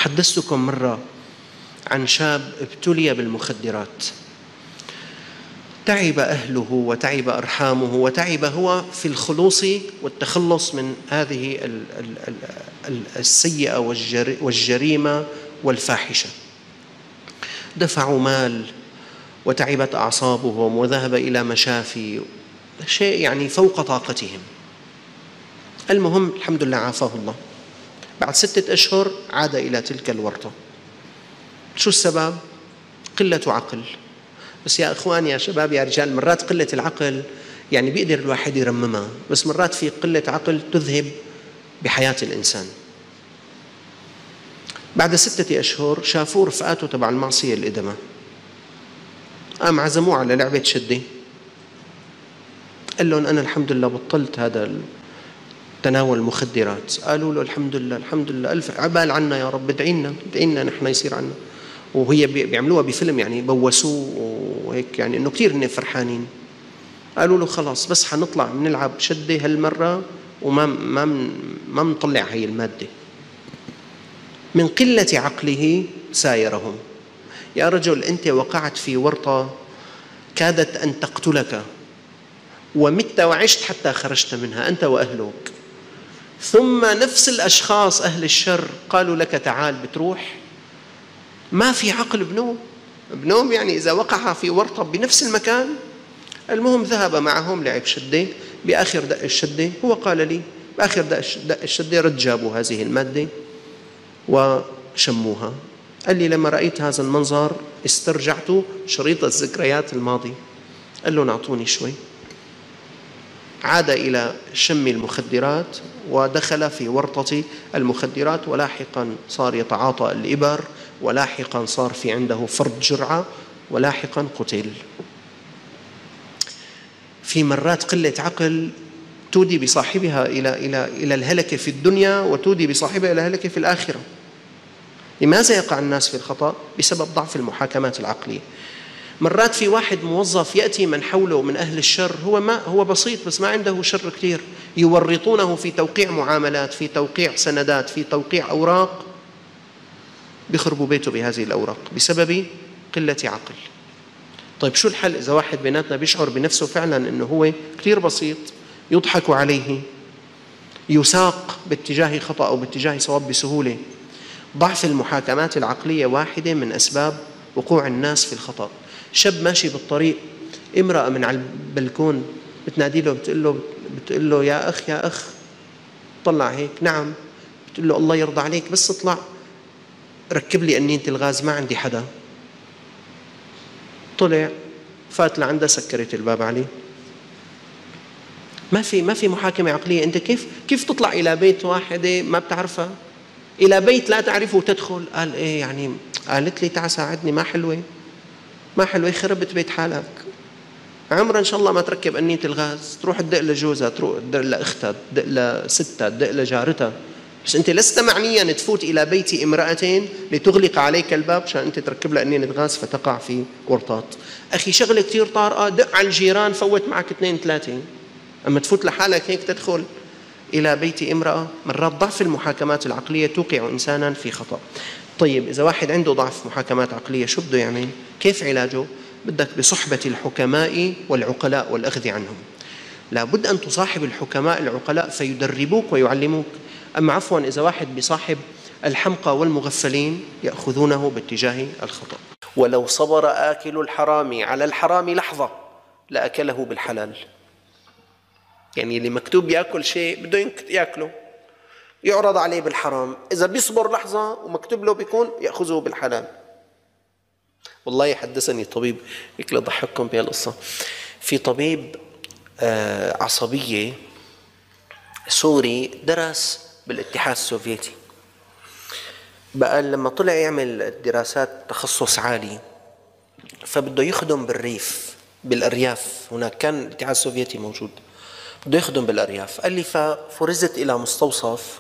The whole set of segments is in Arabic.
حدثتكم مرة عن شاب ابتلي بالمخدرات، تعب أهله وتعب أرحامه وتعب هو في الخلوص والتخلص من هذه السيئة والجريمة والفاحشة. دفعوا مال وتعبت أعصابهم وذهب إلى مشافي، شيء يعني فوق طاقتهم. المهم الحمد لله عافاه الله. بعد 6 أشهر عاد إلى تلك الورطة. شو السبب؟ قلة عقل. بس يا إخوان يا شباب يا رجال، مرات قلة العقل يعني بيقدر الواحد يرممها، بس مرات في قلة عقل تذهب بحياة الإنسان. بعد 6 أشهر شافوه رفقاته تبع المعصية الإدمة، قام عزموه على لعبة شدة. قال لهم أنا الحمد لله بطلت هذا تناول المخدرات. قالوا له الحمد لله الحمد لله، ألف عبال عنا يا رب، ادعي لنا نحن يصير عنا. وهي بيعملوها بفيلم يعني، بوسوه وهيك يعني إنه كثير إنه فرحانين. قالوا له خلاص بس حنطلع بنلعب شدة هالمرة وما ما منطلع هاي المادة. من قلة عقله سايرهم. يا رجل أنت وقعت في ورطة كادت أن تقتلك، ومت وعشت حتى خرجت منها أنت وأهلك، ثم نفس الأشخاص أهل الشر قالوا لك تعال بتروح. ما في عقل بنوم يعني إذا وقع في ورطة بنفس المكان. المهم ذهب معهم لعب شدة. بآخر دق الشدة هو قال لي بآخر دق الشدة رد جابوا هذه المادة وشموها. قال لي لما رأيت هذا المنظر استرجعت شريط الذكريات الماضي. قال له نعطوني شوي. عاد إلى شم المخدرات ودخل في ورطة المخدرات، ولاحقا صار يتعاطى الإبر، ولاحقا صار في عنده فرط جرعة، ولاحقا قتل. في مرات قلة عقل تودي بصاحبها إلى الهلكة في الدنيا، وتودي بصاحبها إلى الهلكة في الآخرة. لماذا يقع الناس في الخطأ؟ بسبب ضعف المحاكمات العقلية. مرات في واحد موظف يأتي من حوله من أهل الشر، هو بسيط بس ما عنده شر كثير، يورطونه في توقيع معاملات، في توقيع سندات، في توقيع أوراق، بيخربوا بيته بهذه الأوراق بسبب قلة عقل. طيب شو الحل إذا واحد بيناتنا بيشعر بنفسه فعلا أنه هو كثير بسيط، يضحك عليه، يساق باتجاه خطأ أو باتجاه صواب بسهولة؟ ضعف المحاكمات العقلية واحدة من أسباب وقوع الناس في الخطأ. شاب ماشي بالطريق، امرأة من على البلكون بتنادي له، بتقول له يا أخ. طلع هيك نعم. بتقول له الله يرضى عليك بس اطلع ركب لي أنينة الغاز، ما عندي حدا. طلع فات لعندها، سكرت الباب عليه. ما في محاكمة عقلية. أنت كيف تطلع إلى بيت واحدة ما بتعرفها، إلى بيت لا تعرفه وتدخل؟ قال إيه يعني؟ قالت لي تعال ساعدني، ما حلوة، خربت بيت حالك. عمرها إن شاء الله ما تركب أنية الغاز، تروح تدق لجوزها، تروح تدق لأختها، تدق لستها، تدق لجارتها. بس أنت لست معنيا تفوت إلى بيت امرأة لتغلق عليك الباب عشان أنت تركب لها أنية غاز فتقع في ورطات. أخي شغلة كتير طارئة، دق على الجيران، فوت معك 2 3. أما تفوت لحالك هيك تدخل إلى بيت امرأة. مرات ضعف المحاكمات العقلية توقع إنسانا في خطأ. طيب إذا واحد عنده ضعف محاكمات عقلية شو بده يعمل؟ كيف علاجه؟ بدك بصحبة الحكماء والعقلاء والأخذ عنهم. لابد أن تصاحب الحكماء العقلاء فيدربوك ويعلموك. أما عفوا إذا واحد بصاحب الحمقى والمغفلين يأخذونه باتجاه الخطأ. ولو صبر آكل الحرام على الحرام لحظة لأكله بالحلال. يعني اللي مكتوب يأكل شيء بده يأكله، يعرض عليه بالحرام، إذا بيصبر لحظة ومكتوب له بيكون يأخذه بالحلال. والله حدثني طبيب، هيك لضحككم بهالقصة. في طبيب عصبية سوري درس بالاتحاد السوفيتي، بقى لما طلع يعمل دراسات تخصص عالي فبده يخدم بالريف بالأرياف. هناك كان الاتحاد السوفيتي موجود، بده يخدم بالأرياف. قال لي ففرزت إلى مستوصف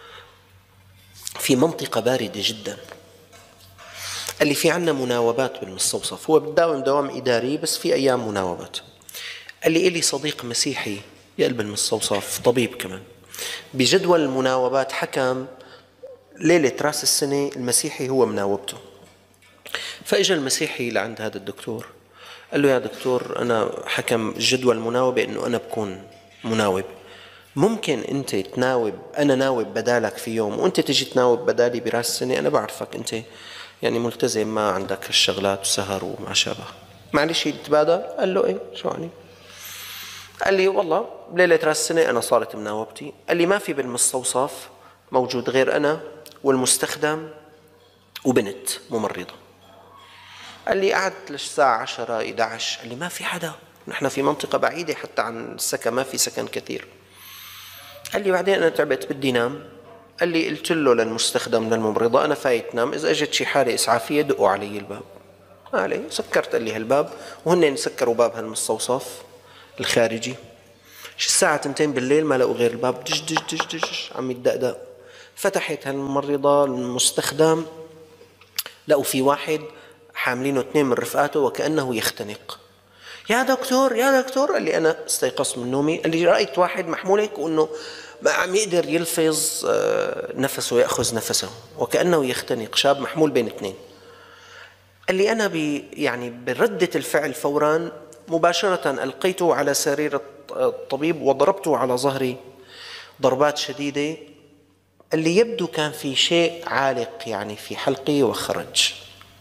في منطقة باردة جدا. قال لي في عنا مناوبات بالمستوصف، هو بتداوم دوام إداري بس في أيام مناوبات. قال لي إلي صديق مسيحي يقلب المستوصف طبيب كمان، بجدول المناوبات حكم ليلة رأس السنة المسيحي هو مناوبته. فإجا المسيحي لعند هذا الدكتور قال له يا دكتور أنا حكم جدول المناوبة إنه أنا بكون مناوب، ممكن أنت تناوب، أنا ناوب بدالك في يوم وأنت تجي تناوب بدالي برأس السنة؟ أنا بعرفك أنت يعني ملتزم، ما عندك هالشغلات وسهر وما شابه، معلش يتبادل. قال له إيه شو يعني؟ قال لي والله بليلة رأس السنة أنا صارت مناوبتي. قال لي ما في بالمستوصف موجود غير أنا والمستخدم وبنت ممرضة. قال لي قعدت للساعة 10 11، قال لي ما في حدا، نحن في منطقة بعيدة حتى عن السكن، ما في سكن كثير. قال لي بعدين أنا تعبت بدي نام. قال لي قلت له للمستخدم للممرضة أنا فايت نام، إذا أجت شي حالة إسعافية دقوا علي الباب. علي سكرت قال لي هالباب، وهن سكروا باب هالمستوصف الخارجي. الساعة 2 بالليل ما لقوا غير الباب دج دج دج دج عم يتدقدق. فتحت هالممرضة المستخدم، لقوا في واحد حاملينه 2 من رفقاته وكأنه يختنق. يا دكتور يا دكتور. قال لي أنا استيقظت من نومي، قال لي رأيت واحد محمولك وأنه ما عم يقدر يلفظ نفسه، يأخذ نفسه وكأنه يختنق، شاب محمول بين 2. قال لي أنا يعني بردة الفعل فورا مباشرة ألقيته على سرير الطبيب وضربته على ظهري ضربات شديدة. اللي يبدو كان في شيء عالق يعني في حلقي وخرج.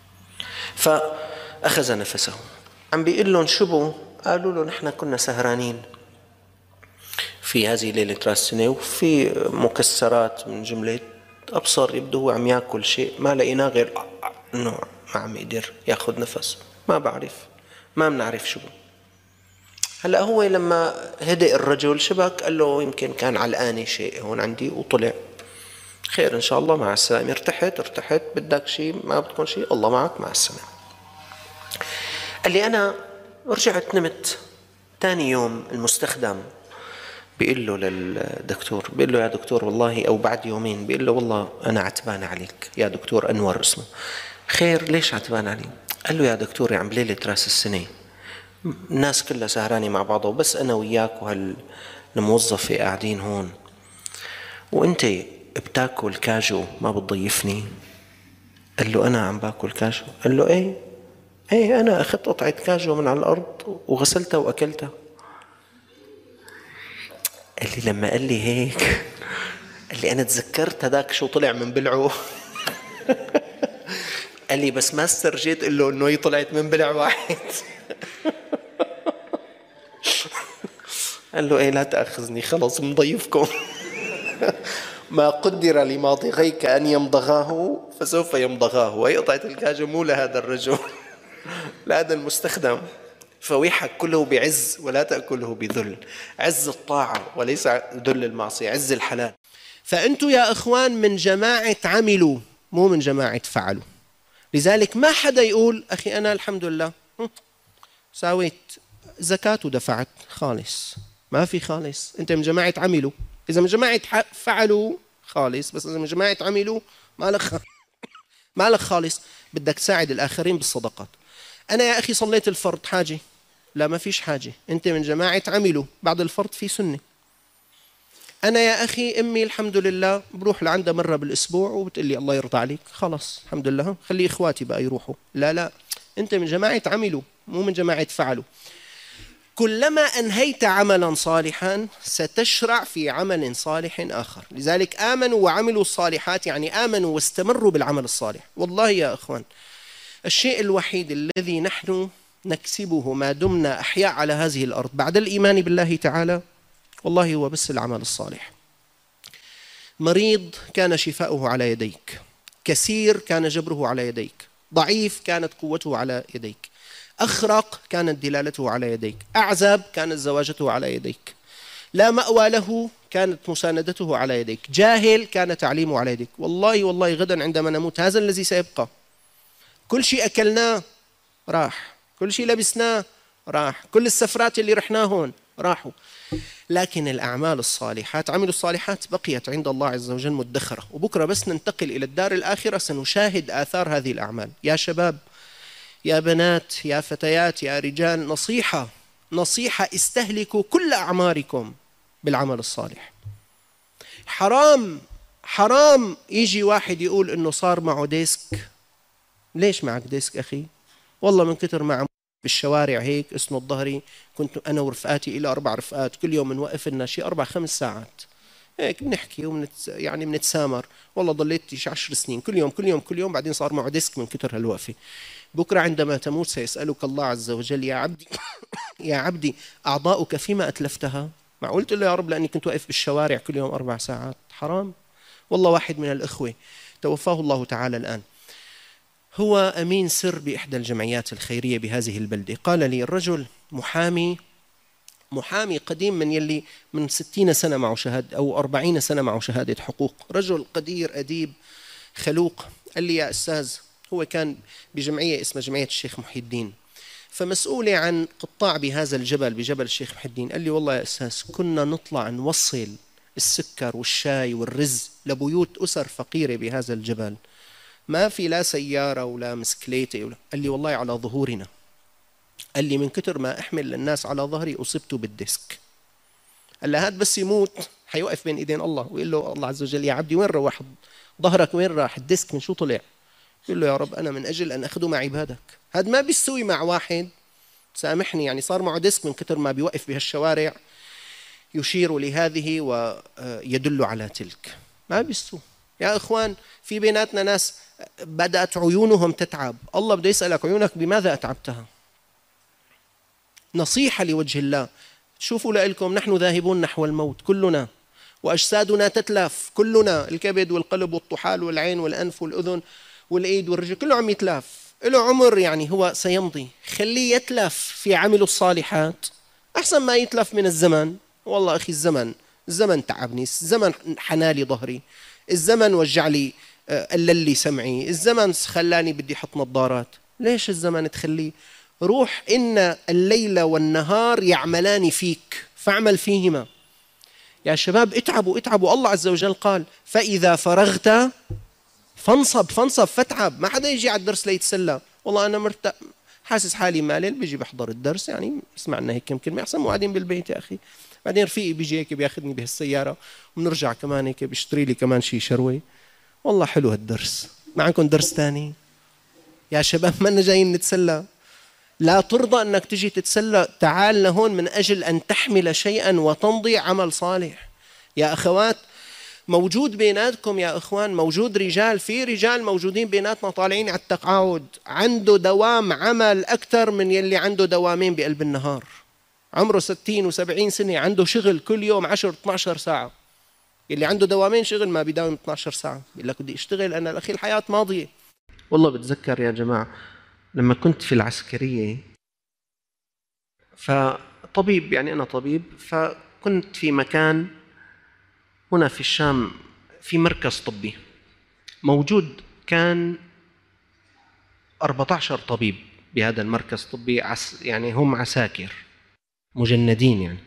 فأخذ نفسه، عم بيقول لهم شبو؟ قالوا له نحن كنا سهرانين في هذه ليلة رأس السنة وفي مكسرات من جملة أبصر يبدو هو عم يأكل شيء، ما لقيناه غير أنه ما عم يقدر يأخذ نفس، ما بعرف، ما بنعرف شو. هلأ هو لما هدئ الرجل شبك قال له يمكن كان علقاني شيء هون عندي وطلع. خير إن شاء الله مع السلامة. ارتحت بدك شيء ما بدكم شيء الله معك مع السلامة. قال لي أنا رجعت نمت. تاني يوم المستخدم بيقول له للدكتور، بيقول له يا دكتور والله، أو بعد يومين بيقول له والله أنا عتبان عليك يا دكتور أنور اسمه. خير ليش عتبان علي؟ قال له يا دكتور عم ليلة رأس السنة الناس كلها سهرانة مع بعضها وبس أنا وياك وهالموظفة قاعدين هون وأنت بتاكل كاجو ما بتضيفني. قال له أنا عم باكل كاجو؟ قال له إيه أنا أخذت قطعة كاجو من على الأرض وغسلتها وأكلتها. قال لي لما قال لي هيك قال لي أنا تذكرت هذاك شو طلع من بلعه. قال لي بس ما استرجيت قل له إنه هي طلعت من بلع واحد. قال له إيه لا تأخذني خلص مضيفكم. ما قدر لماضغيك أن يمضغاه فسوف يمضغاه. وهي قطعة الكاجو مو لهذا الرجل، لهذا المستخدم. فويحك كله بعز ولا تأكله بذل، عز الطاعة وليس ذل المعصية، عز الحلال. فأنتوا يا إخوان من جماعة عملوا مو من جماعة فعلوا. لذلك ما حدا يقول أخي أنا الحمد لله ساويت زكاة ودفعت خالص، ما في خالص. أنت من جماعة عملوا. إذا من جماعة فعلوا خالص، بس إذا من جماعة عملوا ما لك خالص. بدك تساعد الآخرين بالصدقات. أنا يا أخي صليت الفرض حاجة؟ لا ما فيش حاجة. أنت من جماعة عملوا، بعد الفرض في سنة. أنا يا أخي أمي الحمد لله بروح لعندها مرة بالأسبوع وبتقول لي الله يرضى عليك، خلاص الحمد لله خلي إخواتي بقى يروحوا. لا أنت من جماعة عملوا مو من جماعة فعلوا. كلما أنهيت عملا صالحا ستشرع في عمل صالح آخر. لذلك آمنوا وعملوا الصالحات يعني آمنوا واستمروا بالعمل الصالح. والله يا أخوان الشيء الوحيد الذي نحن نكسبه ما دمنا أحياء على هذه الأرض بعد الإيمان بالله تعالى والله هو بس العمل الصالح. مريض كان شفاؤه على يديك، كسير كان جبره على يديك، ضعيف كانت قوته على يديك، أخرق كانت دلالته على يديك، أعزب كانت زواجته على يديك، لا مأوى له كانت مساندته على يديك، جاهل كان تعليمه على يديك. والله غدا عندما نموت هذا الذي سيبقى. كل شيء أكلناه راح، كل شيء لبسناه راح، كل السفرات اللي رحناهن راحوا، لكن الأعمال الصالحات عملوا الصالحات بقيت عند الله عز وجل مدخرة. وبكرة بس ننتقل إلى الدار الآخرة سنشاهد آثار هذه الأعمال. يا شباب يا بنات يا فتيات يا رجال، نصيحة استهلكوا كل أعماركم بالعمل الصالح. حرام حرام يجي واحد يقول إنه صار معه ديسك. ليش معك ديسك أخي؟ والله من كتر ما عم بالشوارع هيك اسنه الظهري، كنت أنا ورفقاتي إلى 4 رفقات كل يوم بنوقف لنا شي 4-5 ساعات هيك بنحكي يعني بنتسامر. والله ضليت 10 سنين كل يوم كل يوم كل يوم، بعدين صار معه ديسك من كتر هالوقفة. بكرة عندما تموت سيسألك الله عز وجل: يا عبدي يا عبدي أعضاؤك فيما أتلفتها؟ معقول تقول له يا رب لأني كنت واقف بالشوارع كل يوم 4 ساعات؟ حرام. والله واحد من الإخوة توفاه الله تعالى الآن، هو أمين سر بإحدى الجمعيات الخيرية بهذه البلدة. قال لي الرجل محامي قديم، من يلي من 60 سنة معه شهادة أو 40 سنة معه شهادة حقوق، رجل قدير أديب خلوق. قال لي: يا أستاذ، هو كان بجمعية اسمها جمعية الشيخ محي الدين، فمسؤولة عن قطاع بهذا الجبل، بجبل الشيخ محي الدين. قال لي: والله يا أستاذ كنا نطلع نوصل السكر والشاي والرز لبيوت أسر فقيرة بهذا الجبل، ما في لا سيارة ولا مسكليتة قال لي: والله على ظهورنا. قال لي: من كتر ما أحمل للناس على ظهري أصبت بالديسك. قال له: هاد بس يموت حيوقف بين إيدين الله ويقول له الله عز وجل: يا عبدي وين روح ظهرك، وين راح الديسك، من شو طلع؟ يقول له: يا رب أنا من أجل أن أخدم عبادك. هاد ما بيستوي مع واحد، سامحني، يعني صار معه ديسك من كتر ما بيوقف بهالشوارع يشير لهذه ويدل على تلك. ما بيستوي يا إخوان. في بيناتنا ناس بدأت عيونهم تتعب، الله بده يسألك: عيونك بماذا أتعبتها؟ نصيحة لوجه الله. شوفوا لكم، نحن ذاهبون نحو الموت كلنا، وأجسادنا تتلف كلنا، الكبد والقلب والطحال والعين والأنف والأذن والإيد والرجل كله عم يتلف، له عمر يعني هو سيمضي. خليه يتلف في عمل الصالحات أحسن ما يتلف من الزمن. والله أخي الزمن تعبني، الزمن حنالي ظهري، الزمن وجع لي قلل لي سمعي، الزمن خلاني بدي أحط نظارات. ليش الزمن تخليه؟ روح، إن الليل والنهار يعملان فيك فاعمل فيهما. يا شباب اتعبوا. الله عز وجل قال: فإذا فرغت فانصب فاتعب. ما حدا يجي على الدرس ليتسلى. والله أنا مرتاح حاسس حالي مالل، بيجي بحضر الدرس، يعني اسمع لنا هيك كم كلمة، أحسن مو قاعدين بالبيت يا أخي. بعدين رفيقي بيجي هيك بياخذني بهالسيارة وبنرجع كمان هيك بيشتري لي كمان شيء شروي. والله حلو هالدرس، معكم درس تاني؟ يا شباب ما جايين نتسلى. لا ترضى أنك تجي تتسلى، تعال لهون من أجل أن تحمل شيئا وتمضي عمل صالح. يا أخوات موجود بيناتكم يا إخوان، موجود رجال، في رجال موجودين بيناتنا طالعين على التقاعد، عنده دوام عمل أكثر من يلي عنده دوامين بقلب النهار، عمره 60 و70 سنة عنده شغل كل يوم 10-12 ساعة. يلي عنده دوامين شغل ما بيداوم 12 ساعة، بيقول لك بدي اشتغل أنا، الأخي الحياة ماضية. والله بتذكر يا جماعة لما كنت في العسكرية، فطبيب، يعني أنا طبيب، فكنت في مكان هنا في الشام في مركز طبي موجود، كان 14 طبيب بهذا المركز الطبي، يعني هم عساكر مجندين يعني.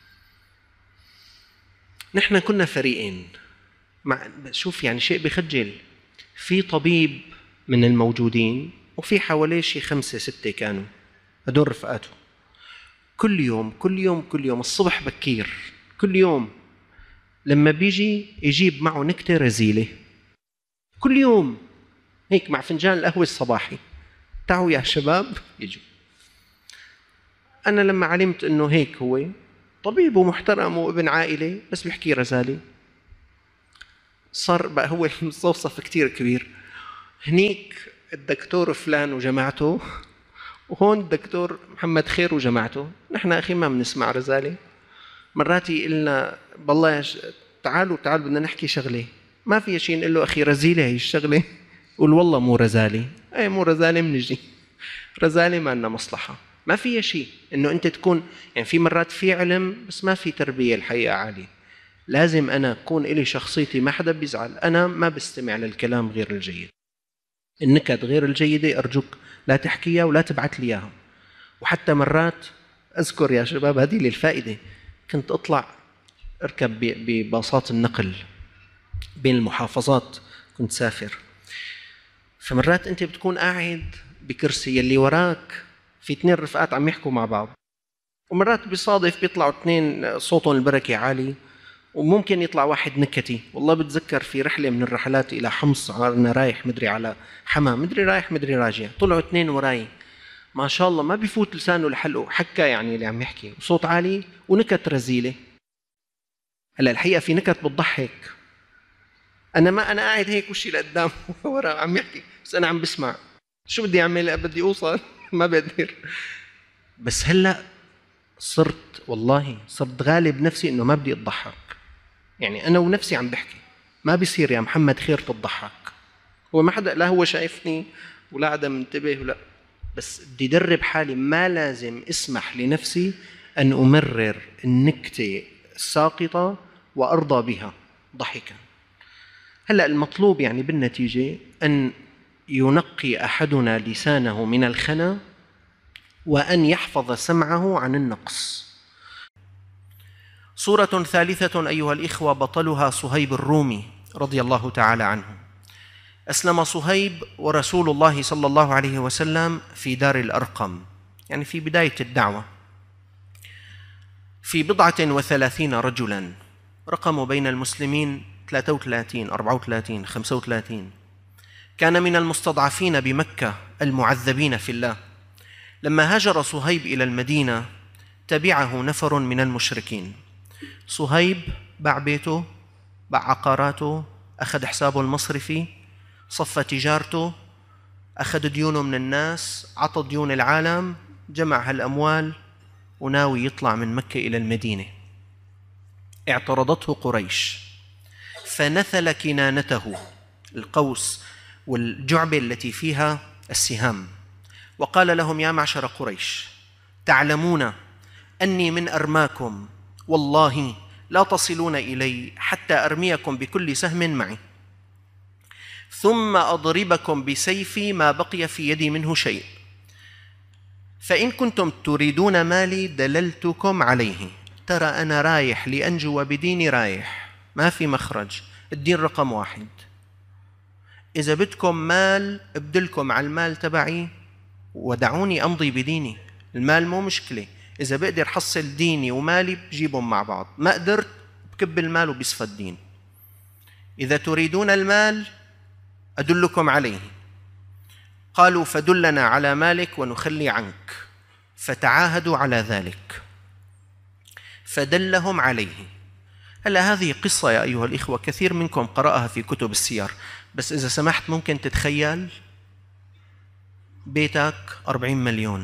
نحن كنا فريقين، شوف يعني شيء بخجل، في طبيب من الموجودين وفي حواليه شي 5-6 كانوا هدول رفقاته. كل يوم الصبح بكير كل يوم لما بيجي يجيب معه نكتة رزيلة، كل يوم هيك مع فنجان القهوة الصباحي. تعوا يا شباب يجوا. أنا لما علمت إنه هيك هو طبيب ومحترم وابن عائلة بس بيحكي رزالي، صار بقى هو المستوصف كتير كبير. هنيك الدكتور فلان وجماعته، وهون الدكتور محمد خير وجماعته. نحن أخي ما بنسمع رزالة. مرات يقلنا بالله تعالوا بدنا نحكي شغلة، ما في شيء نقول له أخي رزيلة هي الشغلة، قول والله مو رزالة. أي مو رزالة منجي رزالة ما لنا مصلحة، ما في شيء إنه أنت تكون يعني في مرات في علم بس ما في تربية الحقيقة عالية. لازم أنا أكون إلي شخصيتي، ما حدا بيزعل، أنا ما بستمع للكلام غير الجيد، النكت غير الجيدة أرجوك لا تحكيها ولا تبعت لي إياها. وحتى مرات أذكر يا شباب هذه للفائدة، كنت أطلع أركب بباصات النقل بين المحافظات، كنت سافر، فمرات أنت بتكون قاعد بكرسي يلي وراك في 2 رفقات عم يحكوا مع بعض، ومرات بيصادف بيطلعوا 2 صوتهم البركة عالي وممكن يطلع واحد نكتي. والله بتذكر في رحلة من الرحلات إلى حمص، أنا رايح مدري على حما، مدري رايح مدري راجع، طلعوا اثنين وراي ما شاء الله ما بيفوت لسانه لحلقه، حكى يعني اللي عم يحكي وصوت عالي ونكت رزيلة. هلا الحقيقة في نكت بتضحك، أنا قاعد هيك وشي لقدام ورا عم يحكي، بس أنا عم بسمع شو بدي أعمل، بدي أوصل ما بقدر. بس هلا صرت غالب نفسي إنه ما بدي أضحك، يعني أنا ونفسي عم بحكي ما بيصير يا محمد خير تضحك. هو ما حدا، لا هو شايفني ولا عدا منتبه ولا، بس بدي أدرب حالي ما لازم اسمح لنفسي أن أمرر النكتة الساقطة وأرضى بها ضحكا. هلأ المطلوب يعني بالنتيجة أن ينقي أحدنا لسانه من الخنا وأن يحفظ سمعه عن النقص. صورة ثالثة أيها الإخوة بطلها صهيب الرومي رضي الله تعالى عنه. أسلم صهيب ورسول الله صلى الله عليه وسلم في دار الأرقم، يعني في بداية الدعوة، في 37 رجلاً، رقم بين المسلمين 33 34 35. كان من المستضعفين بمكة المعذبين في الله. لما هاجر صهيب إلى المدينة تبعه نفر من المشركين. صهيب باع بيته، باع عقاراته، أخذ حسابه المصرفي، صفى تجارته، أخذ ديونه من الناس، عطى ديون العالم، جمع هالأموال وناوي يطلع من مكة إلى المدينة. اعترضته قريش فنثل كنانته، القوس والجعبة التي فيها السهام، وقال لهم: يا معشر قريش، تعلمون أني من أرماكم، والله لا تصلون إلي حتى أرميكم بكل سهم معي، ثم أضربكم بسيفي ما بقي في يدي منه شيء، فإن كنتم تريدون مالي دللتكم عليه. ترى أنا رايح لأنجو بديني، رايح ما في مخرج، الدين رقم 1. إذا بدكم مال أبدلكم على المال تبعي ودعوني أمضي بديني، المال مو مشكلة، إذا بقدر حصل ديني ومالي بجيبهم مع بعض، ما قدرت بكب المال وبيصفى الدين. إذا تريدون المال أدلكم عليه. قالوا: فدلنا على مالك ونخلي عنك. فتعاهدوا على ذلك فدلهم عليه. هلا هذه قصة يا أيها الإخوة كثير منكم قرأها في كتب السير، بس إذا سمحت ممكن تتخيل بيتك 40 مليون،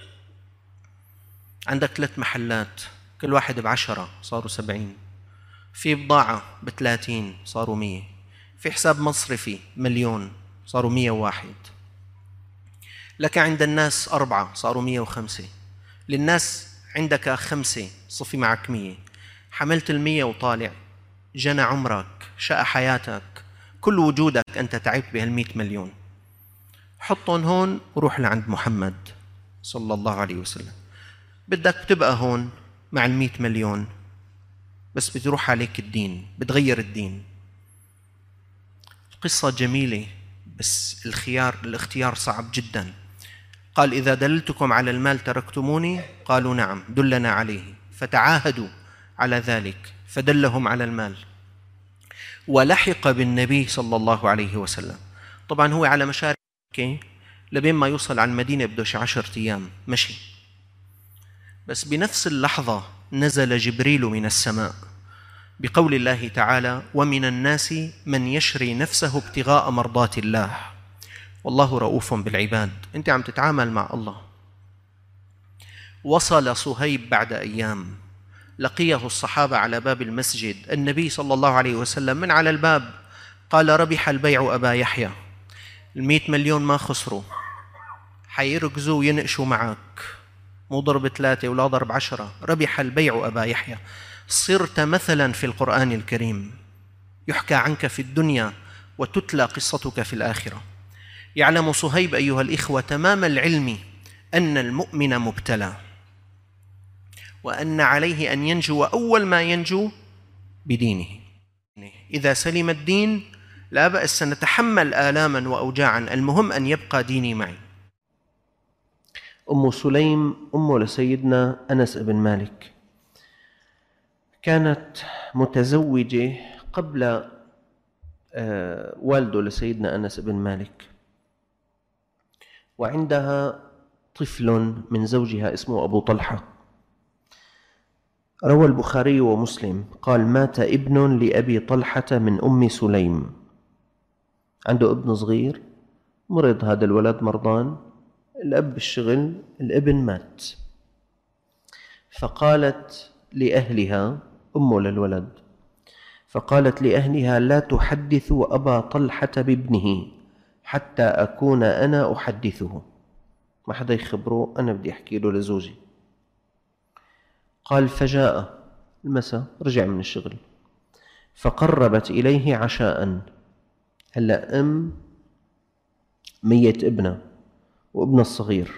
عندك 3 محلات كل واحد ب10 صاروا 70، في بضاعة ب30 صاروا 100، في حساب مصرفي 1,000,000 صاروا 101، لك عند الناس 4 صاروا 105، للناس عندك 5 صفي معك 100، حملت 100 وطالع، جنى عمرك، شقى حياتك، كل وجودك أنت تعبت بهال100 مليون. حطهم هون وروح لعند محمد صلى الله عليه وسلم. بدك تبقى هون مع 100 مليون، بس بتروح عليك الدين، بتغير الدين. القصة جميلة بس الاختيار صعب جدا. قال: إذا دللتكم على المال تركتموني؟ قالوا: نعم، دلنا عليه. فتعاهدوا على ذلك فدلهم على المال، ولحق بالنبي صلى الله عليه وسلم. طبعا هو على مشارف لبين ما يوصل على المدينة بده شي 10 أيام مشي. بس بنفس اللحظة نزل جبريل من السماء بقول الله تعالى: ومن الناس من يشري نفسه ابتغاء مرضات الله والله رؤوف بالعباد. أنت عم تتعامل مع الله. وصل صهيب بعد أيام، لقيه الصحابة على باب المسجد، النبي صلى الله عليه وسلم من على الباب قال: ربح البيع أبا يحيى، 100 مليون ما خسروا، حيركزوا وينقشوا معك، مو ضرب 3 ولا ضرب 10، ربح البيع أبا يحيى. صرت مثلا في القرآن الكريم، يحكى عنك في الدنيا وتتلى قصتك في الآخرة. يعلم صهيب أيها الإخوة تمام العلم أن المؤمن مبتلى، وأن عليه أن ينجو أول ما ينجو بدينه. إذا سلم الدين لا بأس، سنتحمل آلاما وأوجاعا، المهم أن يبقى ديني معي. أم سليم أم لسيدنا أنس بن مالك، كانت متزوجة قبل والده لسيدنا أنس بن مالك، وعندها طفل من زوجها اسمه أبو طلحة. روى البخاري ومسلم قال: مات ابن لأبي طلحة من أم سليم، عنده ابن صغير مرض، هذا الولد مرضان، الأب بالشغل، الابن مات. فقالت لأهلها، أمه للولد، فقالت لأهلها: لا تحدثوا أبا طلحة بابنه حتى أكون أنا أحدثه، ما حدا يخبره، أنا بدي أحكي له لزوجي. قال: فجاء المساء، رجع من الشغل، فقربت إليه عشاء. هلأ ميت ابنها وابنها الصغير،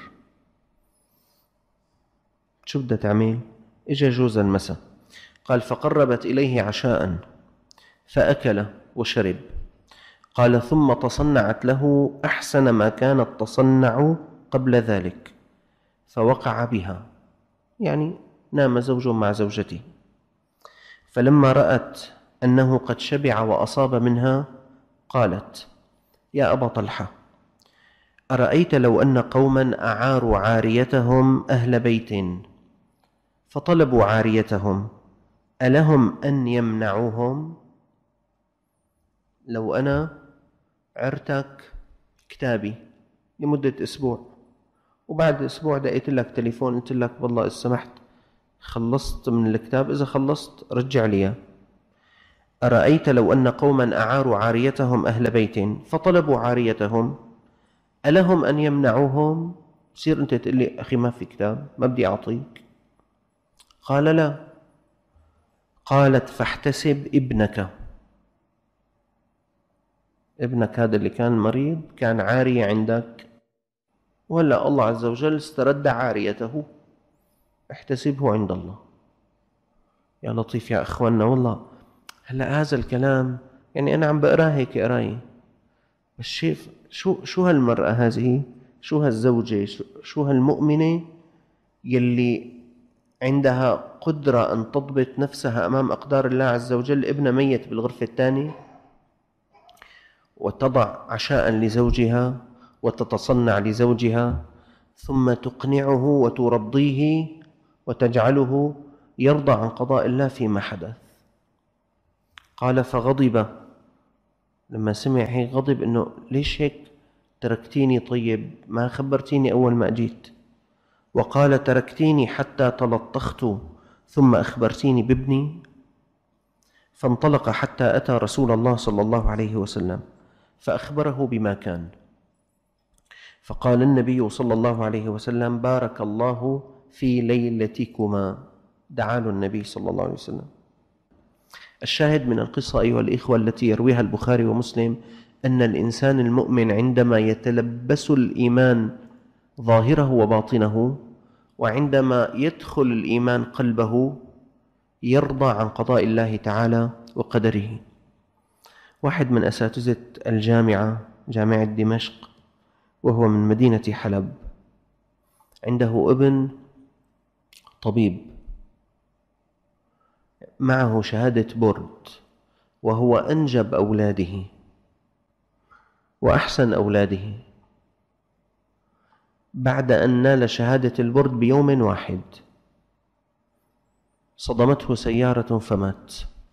شو بدها تعمل؟ إجا جوز المساء، قال: فقربت إليه عشاء فأكل وشرب. قال: ثم تصنعت له أحسن ما كانت تصنع قبل ذلك، فوقع بها، يعني نام زوج مع زوجته. فلما رأت أنه قد شبع وأصاب منها قالت: يا أبا طلحة، أرأيت لو أن قوما أعاروا عاريتهم أهل بيت فطلبوا عاريتهم، ألهم أن يمنعوهم؟ لو أنا عرتك كتابي لمدة أسبوع، وبعد أسبوع دقيت لك تليفون قلت لك والله إذا سمحت خلصت من الكتاب، إذا خلصت رجع لي. أرأيت لو أن قوما أعاروا عاريتهم أهل بيت فطلبوا عاريتهم، ألهم أن يمنعوهم؟ بصير أنت تقول لي أخي ما في كتاب، ما بدي أعطيك. قال: لا. قالت: فاحتسب ابنك هذا اللي كان مريض كان عارية عندك، ولا الله عز وجل استرد عاريته، احتسبه عند الله. يا لطيف يا أخواننا، والله هلأ هذا الكلام يعني أنا عم بقراه هيك قراية، بس شوف شو هالمرأة هذه، شو هالزوجة، شو هالمؤمنة يلي عندها قدرة أن تضبط نفسها أمام أقدار الله عز وجل. ابن ميت بالغرفة الثانية وتضع عشاء لزوجها وتتصنع لزوجها، ثم تقنعه وترضيه وتجعله يرضى عن قضاء الله فيما حدث. قال: فغضب، لما سمع هيك غضب، إنه ليش هيك تركتيني؟ طيب ما خبرتيني أول ما أجيت. وقال: تركتيني حتى تلطخت ثم أخبرتيني بابني. فانطلق حتى أتى رسول الله صلى الله عليه وسلم فأخبره بما كان. فقال النبي صلى الله عليه وسلم: بارك الله في ليلتكما. دعا له النبي صلى الله عليه وسلم. الشاهد من القصة أيها الإخوة التي يرويها البخاري ومسلم أن الإنسان المؤمن عندما يتلبس الإيمان ظاهره وباطنه، وعندما يدخل الإيمان قلبه، يرضى عن قضاء الله تعالى وقدره. واحد من أساتذة جامعة دمشق، وهو من مدينة حلب، عنده ابن طبيب معه شهادة بورد، وهو أنجب أولاده وأحسن أولاده. بعد أن نال شهادة البورد بيوم واحد صدمته سيارة فمات.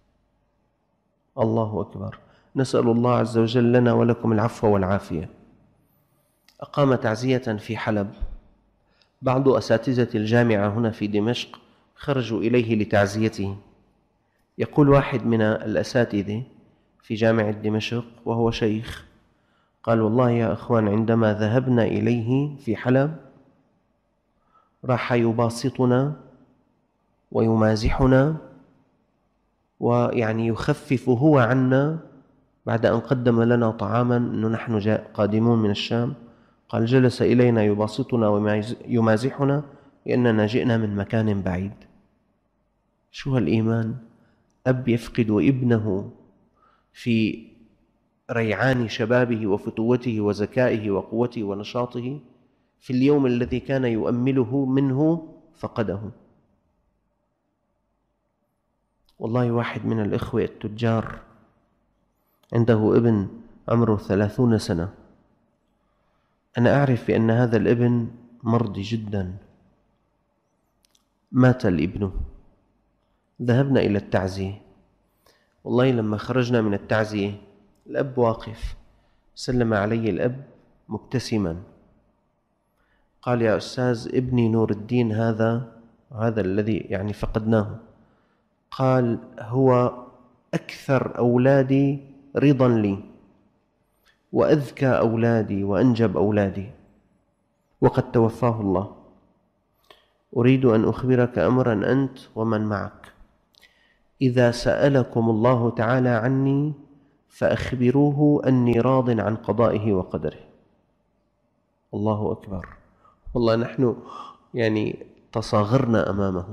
الله أكبر، نسأل الله عز وجل لنا ولكم العفو والعافية. أقام تعزية في حلب، بعض أساتذة الجامعة هنا في دمشق خرجوا إليه لتعزيته. يقول واحد من الأساتذة في جامعة دمشق وهو شيخ، قال: والله يا أخوان، عندما ذهبنا إليه في حلب راح يباسطنا ويمازحنا، ويعني يخفف هو عنا بعد أن قدم لنا طعاما، أنه نحن قادمون من الشام. قال: جلس إلينا يباسطنا ويمازحنا لأننا جئنا من مكان بعيد. شو هالإيمان؟ أب يفقد ابنه في ريعان شبابه وفتوته وذكائه وقوته ونشاطه، في اليوم الذي كان يؤمله منه فقده. والله واحد من الإخوة التجار عنده ابن عمره 30 سنة. أنا أعرف بأن هذا الابن مرضي جدا. مات الابن، ذهبنا إلى التعزية. والله لما خرجنا من التعزية الأب واقف، سلم علي الأب مبتسما، قال: يا أستاذ، ابني نور الدين هذا الذي يعني فقدناه، قال: هو أكثر أولادي رضا لي، وأذكى أولادي، وأنجب أولادي، وقد توفاه الله. أريد أن أخبرك أمرا أنت ومن معك، إذا سألكم الله تعالى عني فأخبروه أني راض عن قضائه وقدره. الله أكبر. والله نحن يعني تصاغرنا أمامه.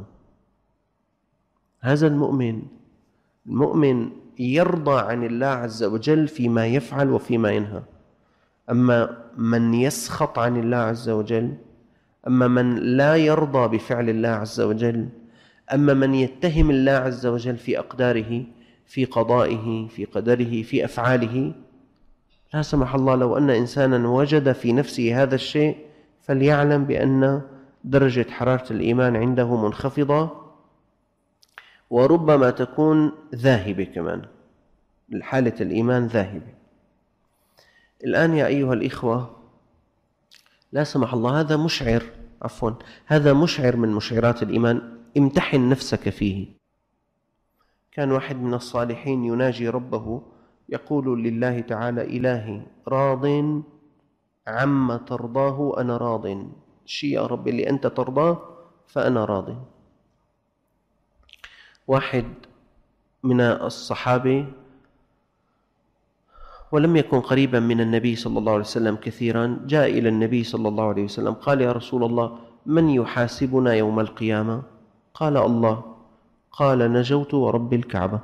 هذا المؤمن يرضى عن الله عز وجل فيما يفعل وفيما ينهى. أما من يسخط عن الله عز وجل، أما من لا يرضى بفعل الله عز وجل، أما من يتهم الله عز وجل في أقداره، في قضائه، في قدره، في أفعاله، لا سمح الله لو أن إنسانا وجد في نفسه هذا الشيء فليعلم بأن درجة حرارة الإيمان عنده منخفضة، وربما تكون ذاهبة كمان، حالة الإيمان ذاهبة. الآن يا أيها الإخوة، لا سمح الله هذا مشعر من مشعرات الإيمان، امتحن نفسك فيه. كان واحد من الصالحين يناجي ربه يقول لله تعالى: إلهي راض عما ترضاه أنا راض، شيء يا رب اللي أنت ترضاه فأنا راض. واحد من الصحابة ولم يكن قريبا من النبي صلى الله عليه وسلم كثيرا، جاء إلى النبي صلى الله عليه وسلم قال: يا رسول الله، من يحاسبنا يوم القيامة؟ قال: الله. قال: نجوت ورب الكعبة.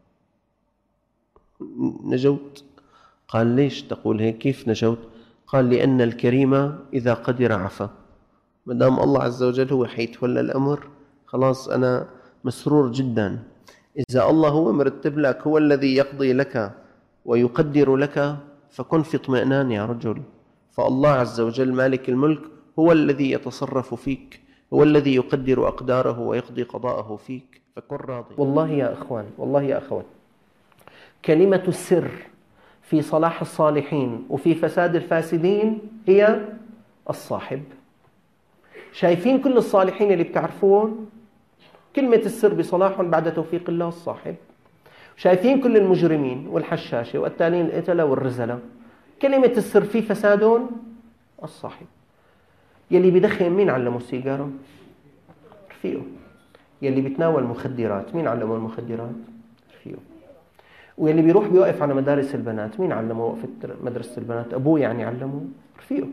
نجوت؟ قال: ليش تقول هيك؟ كيف نجوت؟ قال: لأن الكريم إذا قدر عفا. ما دام الله عز وجل هو حيتولى الأمر، خلاص أنا مسرور جدا. إذا الله هو مرتب لك، هو الذي يقضي لك ويقدر لك، فكن في اطمئنان يا رجل. فالله عز وجل مالك الملك هو الذي يتصرف فيك، هو الذي يقدر أقداره ويقضي قضاءه فيك، فكن راضي. والله يا إخوان، والله يا أخوان، كلمة السر في صلاح الصالحين وفي فساد الفاسدين هي الصاحب. شايفين كل الصالحين اللي بتعرفون، كلمة السر بصلاحهم بعد توفيق الله الصاحب. شايفين كل المجرمين والحشاشة والتالين القتلة والرزلة، كلمة السر في فسادهم الصاحب. يلي بدخن مين علمه السيجارة؟ رفيقه. يلي بيتناول مخدرات مين علمه المخدرات؟ رفيقه. ويلي بيروح بيوقف على مدارس البنات مين علمه وقفة مدرسة البنات؟ أبوه يعني علمه؟ رفيقه.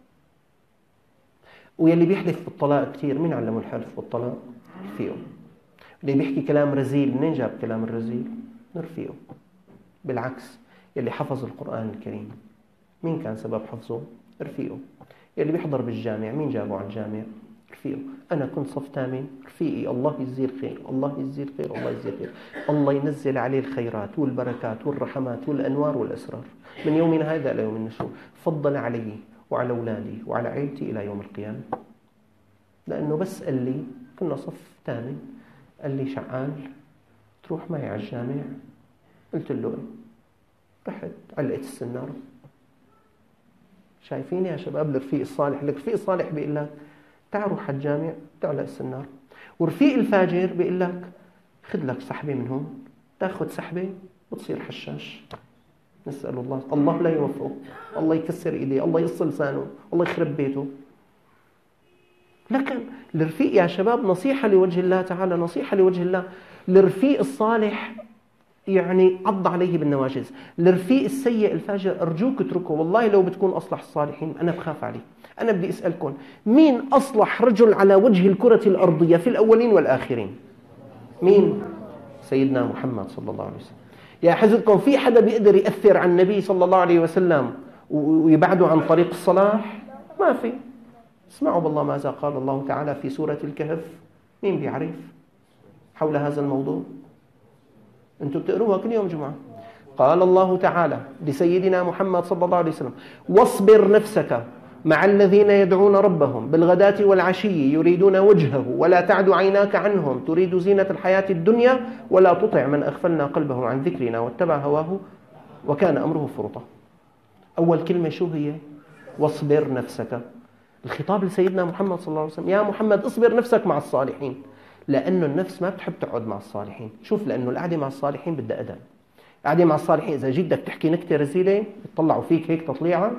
ويلي بيحلف بالطلاق كثير مين علمه الحلف بالطلاق؟ رفيقه. اللي بيحكي كلام رزيل منين جاب كلام الرزيل؟ رفيقه. بالعكس، يلي حفظ القرآن الكريم مين كان سبب حفظه؟ رفيقه. يلي بيحضر بالجامع مين جابه على الجامع؟ رفيقه. أنا كنت صف ثامن، رفيقي الله يجزيه الخير، الله يجزيه الخير، الله يجزيه الخير، الله ينزل عليه الخيرات والبركات والرحمات والأنوار والأسرار من يومنا هذا إلى يوم النشور. فضل علي وعلى أولادي وعلى عيلتي إلى يوم القيامة، لأنه بس قال لي كنا صف ثامن، قال لي: شعال تروح معي على الجامع؟ قلت له إيه. رحت علقت السنارة. شايفين يا شباب الرفيق الصالح؟ الرفيق الصالح بيقول لك تعال روح على الجامع تعلق السنارة، ورفيق الفاجر بيقول لك خذ لك سحبة من هون، تاخذ سحبة وتصير حشاش. نسأل الله، الله لا يوفقه، الله يكسر إيديه، الله يصل لسانه، الله يخرب بيته. لكن الرفيق يا شباب نصيحة لوجه الله تعالى، نصيحة لوجه الله. الرفيق الصالح يعني عض عليه بالنواجذ. الرفيق السيء الفاجر أرجوك اتركه. والله لو بتكون أصلح الصالحين أنا بخاف عليه. أنا بدي أسألكم، مين أصلح رجل على وجه الكرة الأرضية في الأولين والآخرين؟ مين؟ سيدنا محمد صلى الله عليه وسلم. يا حزبكم في حدا بيقدر يأثر عن النبي صلى الله عليه وسلم ويبعده عن طريق الصلاح؟ ما في. اسمعوا بالله ماذا قال الله تعالى في سورة الكهف. مين بيعرف حول هذا الموضوع؟ أنتم بتقروها كل يوم جمعة. قال الله تعالى لسيدنا محمد صلى الله عليه وسلم: واصبر نفسك مع الذين يدعون ربهم بالغداة والعشي يريدون وجهه ولا تعد عيناك عنهم تريد زينة الحياة الدنيا ولا تطع من أغفلنا قلبه عن ذكرنا واتبع هواه وكان أمره فرطا. أول كلمة شو هي؟ واصبر نفسك. الخطاب لسيدنا محمد صلى الله عليه وسلم: يا محمد اصبر نفسك مع الصالحين، لأنه النفس ما بتحب تقعد مع الصالحين. شوف، لأنه القعدة مع الصالحين بدها أدب. قاعدة مع الصالحين إذا جدك تحكي نكتة رزيلة يطلعوا فيك هيك تطليعة،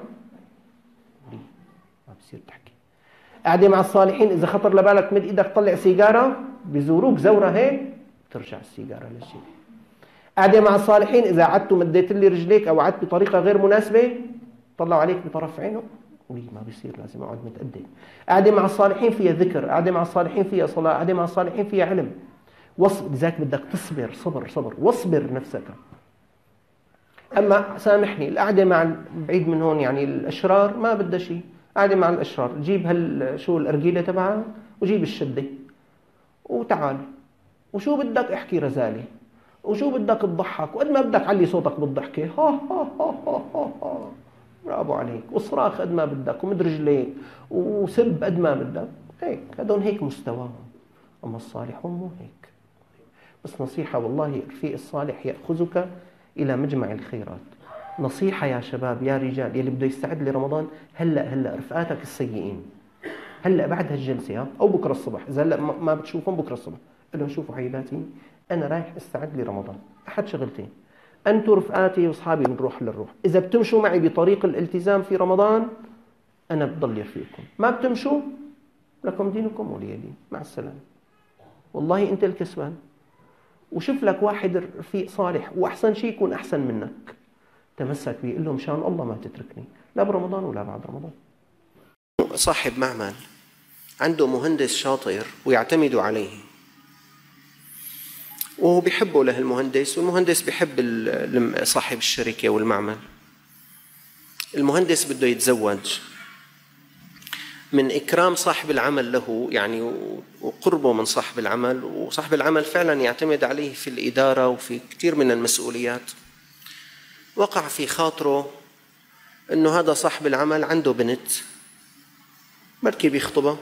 ما بصير تحكي. قاعدة مع الصالحين إذا خطر لبالك مد إيدك طلع سيجارة بزوروك زورة هيك ترجع السيجارة للجيب. قاعدة مع الصالحين إذا قعدت ومديت لي رجليك أو قعدت بطريقة غير مناسبة طلعوا عليك بطرف عينه، قولي ما بيصير، لازم أقعد متأدب. قاعدة مع الصالحين فيها ذكر، قاعدة مع الصالحين فيها صلاة، قاعدة مع الصالحين فيها علم. لذلك بدك تصبر، صبر واصبر نفسك. أما سامحني، القعدة مع بعيد من هون يعني الأشرار ما بدها شيء. قاعدة مع الأشرار، جيب شو الأرجيلة تبعها وجيب الشدة وتعال، وشو بدك احكي رزالة، وشو بدك تضحك، وقد ما بدك علي صوتك بالضحكة، ها ها ها ها ها ها، برافو عليك، وصراخ قد ما بدك ومد رجليك وسب قد ما بدك. هيك هدول هيك مستواهم. أما الصالحون مو هيك. بس نصيحة والله، الرفيق الصالح يأخذك إلى مجمع الخيرات. نصيحة يا شباب يا رجال يلي بده يستعد لرمضان، هلأ رفقاتك السيئين هلأ بعد هالجلسة أو بكرة الصبح، إذا هلأ ما بتشوفهم بكرة الصبح قل لهم: شوفوا حبيباتي، أنا رايح استعد لرمضان، أحد شغلتين، أنتم رفقاتي وأصحابي بنروح للروح، إذا بتمشوا معي بطريق الالتزام في رمضان أنا بضل رفيقكم، ما بتمشوا لكم دينكم ولي دين، مع السلامة. والله أنت الكسبان. وشوف لك واحد رفيق صالح وأحسن شيء يكون أحسن منك، تمسك به، قل له: مشان الله ما تتركني لا برمضان ولا بعد رمضان. صاحب معمل عنده مهندس شاطر ويعتمد عليه، وهو بيحبه له المهندس، والمهندس بيحب صاحب الشركة والمعمل. المهندس بده يتزوج، من إكرام صاحب العمل له يعني وقربه من صاحب العمل، وصاحب العمل فعلا يعتمد عليه في الإدارة وفي كثير من المسؤوليات، وقع في خاطره أنه هذا صاحب العمل عنده بنت بركي بيخطبها،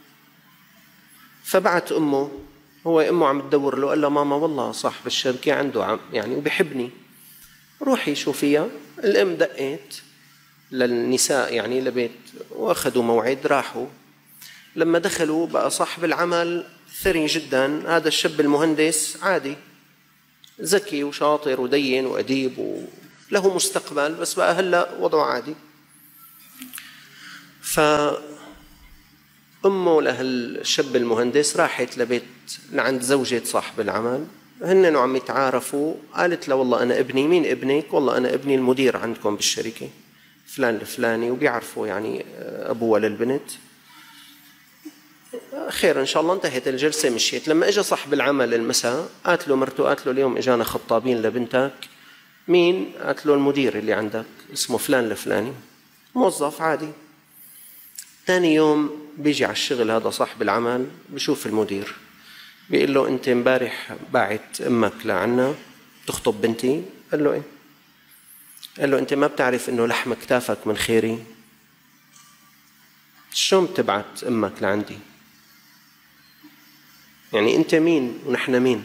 فبعت أمه، هو أمه عم تدور له، قال له: ماما والله صاحب الشركة عنده يعني وبيحبني، روحي شوفيها. الأم دقت للنساء يعني لبيت وأخذوا موعد، راحوا. لما دخلوا بقى صاحب العمل ثري جدا، هذا الشاب المهندس عادي ذكي وشاطر ودين وأديب وله مستقبل، بس بقى هلأ وضعه عادي. فأمه لهالشاب المهندس راحت لبيت لعند زوجة صاحب العمل، هن عم يتعارفوا، قالت له: والله أنا ابني. مين ابنك؟ والله أنا ابني المدير عندكم بالشركة فلان الفلاني، وبيعرفوا يعني أبوه للبنت. خير إن شاء الله، انتهت الجلسة مشيت. لما إجا صاحب العمل المساء قالت له مرته، قالت له: اليوم إجانا خطابين لبنتك. مين؟ قالت له: المدير اللي عندك اسمه فلان الفلاني، موظف عادي. ثاني يوم بيجي على الشغل هذا صاحب العمل، بشوف المدير، بيقول له: أنت امبارح باعت أمك لعنا تخطب بنتي؟ قال له: إيه؟ قال له: أنت ما بتعرف إنه لحم كتافك من خيري؟ شلون بتبعت أمك لعندي؟ يعني أنت مين ونحن مين؟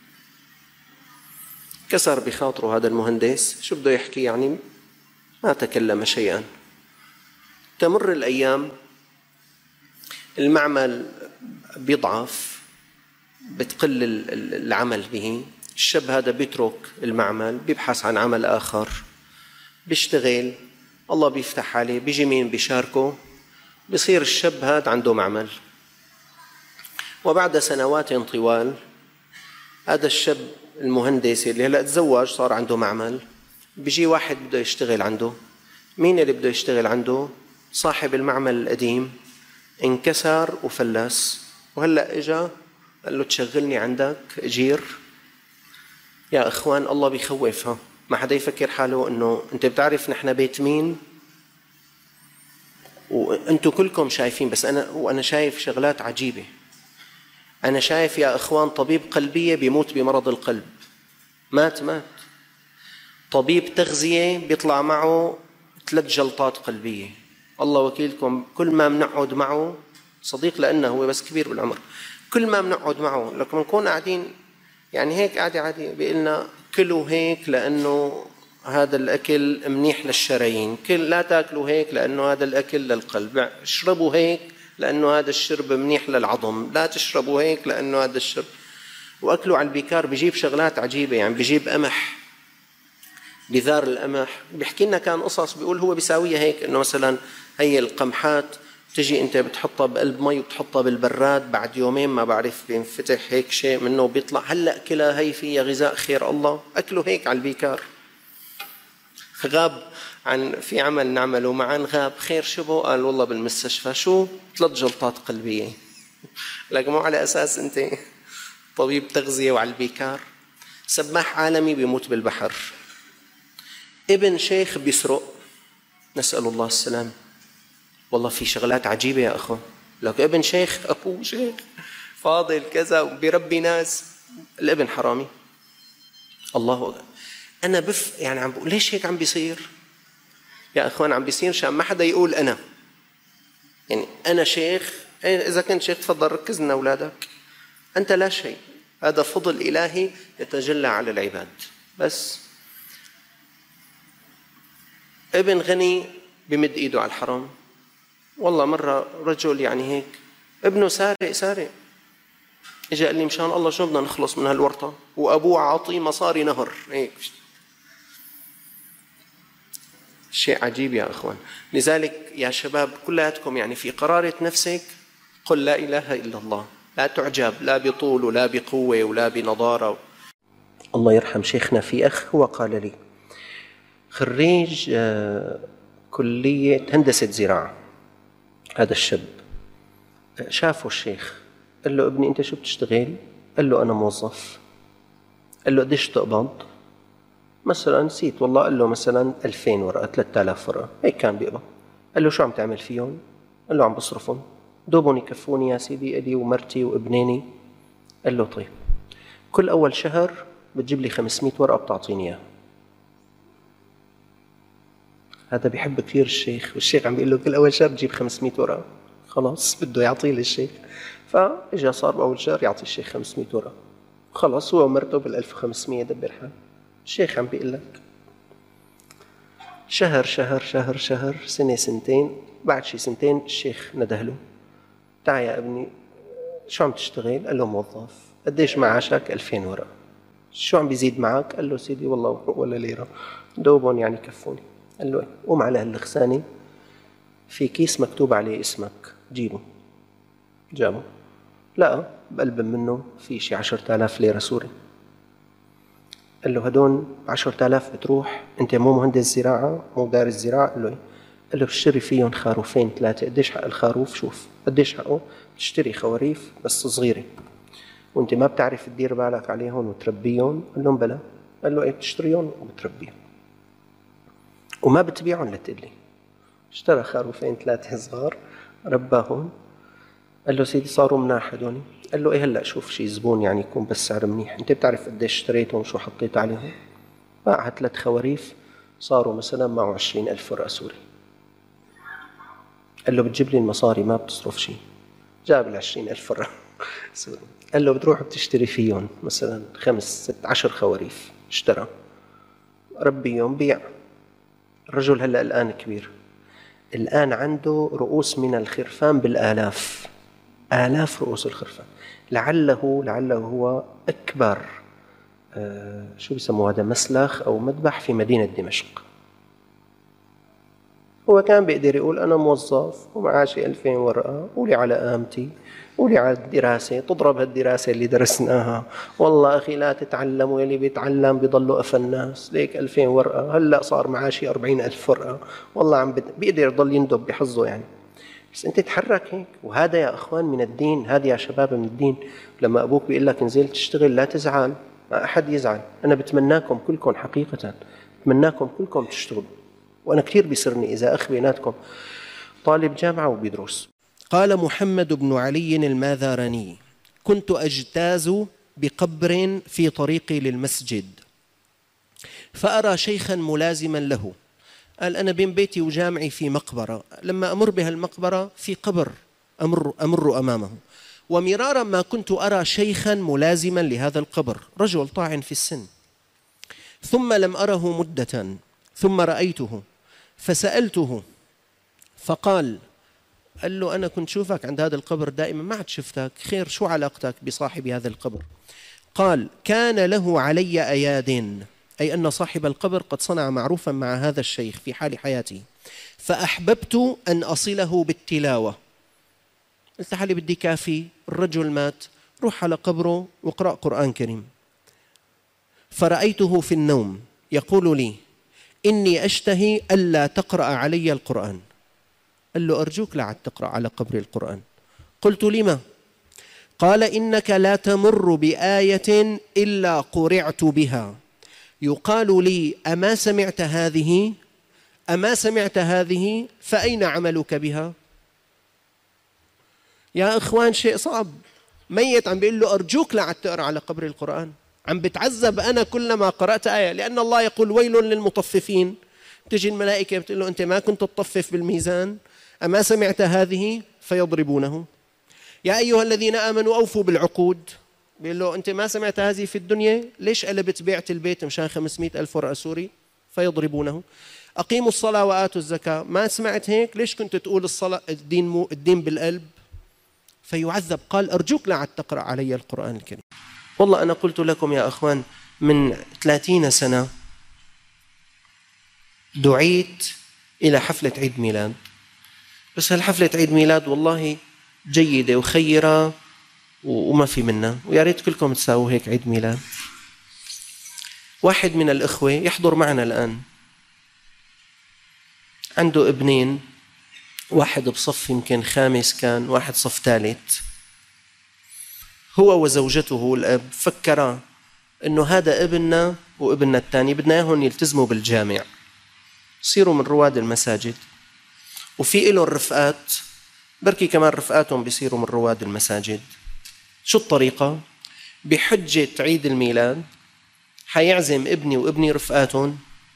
كسر بخاطره هذا المهندس، شو بده يحكي يعني؟ ما تكلم شيئا. تمر الأيام، المعمل بيضعف، بتقل العمل به، الشاب هذا بيترك المعمل، بيبحث عن عمل آخر، بيشتغل، الله بيفتح عليه، بيجي مين بيشاركه، بيصير الشاب هذا عنده معمل. وبعد سنوات طوال هذا الشاب المهندس اللي هلأ تزوج صار عنده معمل، بيجي واحد بده يشتغل عنده. مين اللي بده يشتغل عنده؟ صاحب المعمل القديم، انكسر وفلس، وهلأ إجا قال له: تشغلني عندك أجير؟ يا إخوان الله بيخوفها، ما حدا يفكر حاله إنه أنت بتعرف نحن بيت مين، وأنتوا كلكم شايفين، بس وأنا شايف شغلات عجيبة. أنا شايف يا إخوان طبيب قلبية بيموت بمرض القلب، مات. طبيب تغذية بيطلع معه 3 جلطات قلبية، الله وكيلكم. كل ما بنقعد معه صديق، لأنه هو بس كبير بالعمر، كل ما بنقعد معه لكن نكون قاعدين يعني هيك قاعدة عادية بيقلنا كلوا هيك لأنه هذا الأكل منيح للشرايين، لا تاكلوا هيك لأنه هذا الأكل للقلب، اشربوا هيك لأنه هذا الشرب منيح للعظم، لا تشربوا هيك لأنه هذا الشرب. وأكلوا على البيكار بيجيب شغلات عجيبة، يعني بيجيب قمح، بذار القمح، بيحكي لنا كان قصص بيقول هو بيساويها هيك، إنه مثلا هي القمحات تجي أنت بتحطها بقلب مي وبتحطها بالبراد، بعد يومين ما بعرف بينفتح هيك شيء منه وبيطلع، هلأ كلها هي فيها غذاء خير الله. أكلوا هيك على البيكار. غاب عن في عمل نعمله معا، غاب خير شبه، قال والله بالمستشفى شو 3 جلطات قلبية. لك مو على أساس أنت طبيب تغذية وعلى البيكار. سباح عالمي بيموت بالبحر. ابن شيخ بيسرق، نسأل الله السلام. والله في شغلات عجيبة يا أخوان. لك ابن شيخ، أبوه شيخ فاضل كذا وبيربي ناس، الابن حرامي. الله أكبر. أنا يعني عم بقول ليش هيك عم بيصير يا أخوان؟ عم بيصير عشان ما حدا يقول أنا، يعني أنا شيخ. إذا كنت شيخ تفضل ركز لنا أولادك، أنت لا شيء، هذا فضل إلهي يتجلى على العباد. بس ابن غني بمد إيده على الحرام. والله مرة رجل يعني هيك ابنه سارق إجا قال لي مشان الله شو بدنا نخلص من هالورطة، وأبوه عاطي مصاري نهر هيك. شيء عجيب يا أخوان. لذلك يا شباب كلاتكم يعني في قرارة نفسك قل لا إله إلا الله، لا تعجب لا بطول ولا بقوة ولا بنضارة. الله يرحم شيخنا، في أخ هو قال لي خريج كلية هندسة زراعة، هذا الشاب شافه الشيخ قال له ابني أنت شو بتشتغل؟ قال له أنا موظف. قال له قديش تقبض؟ مثلا نسيت والله، قال له مثلا 2000 ورقة 3000 ورقة هيك كان بيقبض. قال له شو عم تعمل فيهم؟ قال له عم بصرفهم، دوبهم يكفوني يا سيدي إلي ومرتي وابنيني. قال له طيب كل أول شهر بتجيب لي 500 ورقة بتعطيني إياها. هذا بيحب كثير الشيخ، والشيخ عم بيقول له كل أول شهر بتجيب 500 ورقة، خلاص بده يعطيه للشيخ. فإجا صار بأول شهر يعطي الشيخ 500 ورقة، خلاص هو ومرته بال1500 دبر حال. الشيخ عم بيقول لك شهر شهر شهر شهر، سنة سنتين، بعد شي سنتين الشيخ نده له تعال يا ابني شو عم تشتغل؟ قال له موظف. قديش معاشك؟ 2000 ورقة. شو عم بيزيد معك؟ قال له سيدي والله ولا ليرة، دوبهم يعني كفوني. قال له قوم على هالخزانة في كيس مكتوب عليه اسمك جيبه. جابه لقى بقلب منه في شي 10,000 ليرة سوري. قال له هدول 10,000 بتروح، انت مو مهندس زراعة مو دارس زراعة؟ قال له ايه؟ قال له بشتري فيهم خروفين 3. قديش حق الخروف؟ شوف قديش حقه، بتشتري خواريف بس صغيرة وانت ما بتعرف تدير بالك عليهم وتربيهم. قال لهم بلا. قال له ايه؟ بتشتريهم وبتربيهم وما بتبيعهم لتقلي. اشترى خروفين 3 صغار رباهم. قال له سيدي صاروا مناح هدول. قال له ايه هلا شوف شي زبون يعني يكون بس سعر منيح، انت بتعرف قديش اشتريتهم شو حطيت عليهم؟ باعها 3 خواريف صاروا مثلا معه 20,000 ورقة سوري. قال له بتجيب لي المصاري ما بتصرف شي. جاب 20,000 ورقة سوري. قال له بتروح بتشتري فيهم مثلا 5 6 10 خواريف. اشترى ربيهم بيع. الرجل هلا الآن كبير، الآن عنده رؤوس من الخرفان بالآلاف، آلاف رؤوس الخرفان. لعله هو أكبر شو بيسموه هذا مسلخ أو مذبح في مدينة دمشق. هو كان بيقدر يقول أنا موظف ومعاشي 2000 ورقة ولي على قامتي ولي على الدراسة، تضرب هالدراسة اللي درسناها، والله أخي لا تتعلموا، يلي بيتعلم بيضلوا أفى الناس، ليك 2000 ورقة هلأ صار معاشي 40,000 ورقة، والله عم بيقدر يضل يندب بحظه يعني. بس أنت تحرك هيك. وهذا يا أخوان من الدين، هذا يا شباب من الدين. لما أبوك بيقول لك انزل تشتغل لا تزعل، ما أحد يزعل. أنا بتمناكم كلكم حقيقة، بتمناكم كلكم تشتغلوا. وأنا كثير بيسرني إذا أخ بيناتكم طالب جامعة وبيدرس. قال محمد بن علي الماذاراني كنت أجتاز بقبر في طريقي للمسجد فأرى شيخا ملازما له. قال أنا بين بيتي وجامعي في مقبرة، لما أمر بها المقبرة في قبر أمر أمامه، ومرارا ما كنت أرى شيخا ملازما لهذا القبر، رجل طاعن في السن، ثم لم أره مدة، ثم رأيته فسألته فقال له أنا كنت شوفك عند هذا القبر دائما، ما عاد شفتك، خير شو علاقتك بصاحب هذا القبر؟ قال كان له علي أياد، أي أن صاحب القبر قد صنع معروفا مع هذا الشيخ في حال حياته، فأحببت أن أصله بالتلاوة. قلت حالي بدي كافي، الرجل مات، روح على قبره واقرأ قرآن كريم. فرأيته في النوم يقول لي إني أشتهي ألا تقرأ علي القرآن. قال له أرجوك لا عاد تقرأ على قبر القرآن. قلت لما؟ قال إنك لا تمر بآية إلا قرعت بها، يقال لي أما سمعت هذه؟ أما سمعت هذه؟ فأين عملك بها؟ يا إخوان شيء صعب، ميت عم بيقول له أرجوك لا عاد تقرأ على قبر القرآن. عم بتعذب أنا كلما قرأت آية، لأن الله يقول ويل للمطففين. تجي الملائكة بتقول له أنت ما كنت تطفف بالميزان، أما سمعت هذه؟ فيضربونه. يا أيها الذين آمنوا أوفوا بالعقود، بيقول له أنت ما سمعت هذه في الدنيا، ليش قلبت بيعت البيت مشان 500,000 ورقة سوري؟ فيضربونه. أقيموا الصلاة وآتوا الزكاة، ما سمعت هيك، ليش كنت تقول الصلاة الدين بالقلب؟ فيعذب. قال أرجوك لا عاد تقرأ علي القرآن الكريم. والله أنا قلت لكم يا أخوان من 30 سنة دعيت إلى حفلة عيد ميلاد، بس هالحفلة عيد ميلاد والله جيدة وخيرة وما في منها، ويا ريت كلكم تساووا هيك عيد ميلاد. واحد من الإخوة يحضر معنا الآن، عنده ابنين، واحد بصف يمكن خامس كان، واحد صف ثالث. هو وزوجته الأب فكرا إنه هذا ابننا وابننا الثاني بدنا إياهم يلتزموا بالجامع، يصيروا من رواد المساجد، وفي إلهم رفقات بركي كمان رفقاتهم بيصيروا من رواد المساجد. شو الطريقة؟ بحجة عيد الميلاد حيعزم ابني وابني رفقاتهم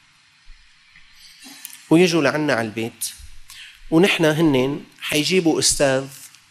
ويجوا لعنا على البيت، ونحن هنن حيجيبوا أستاذ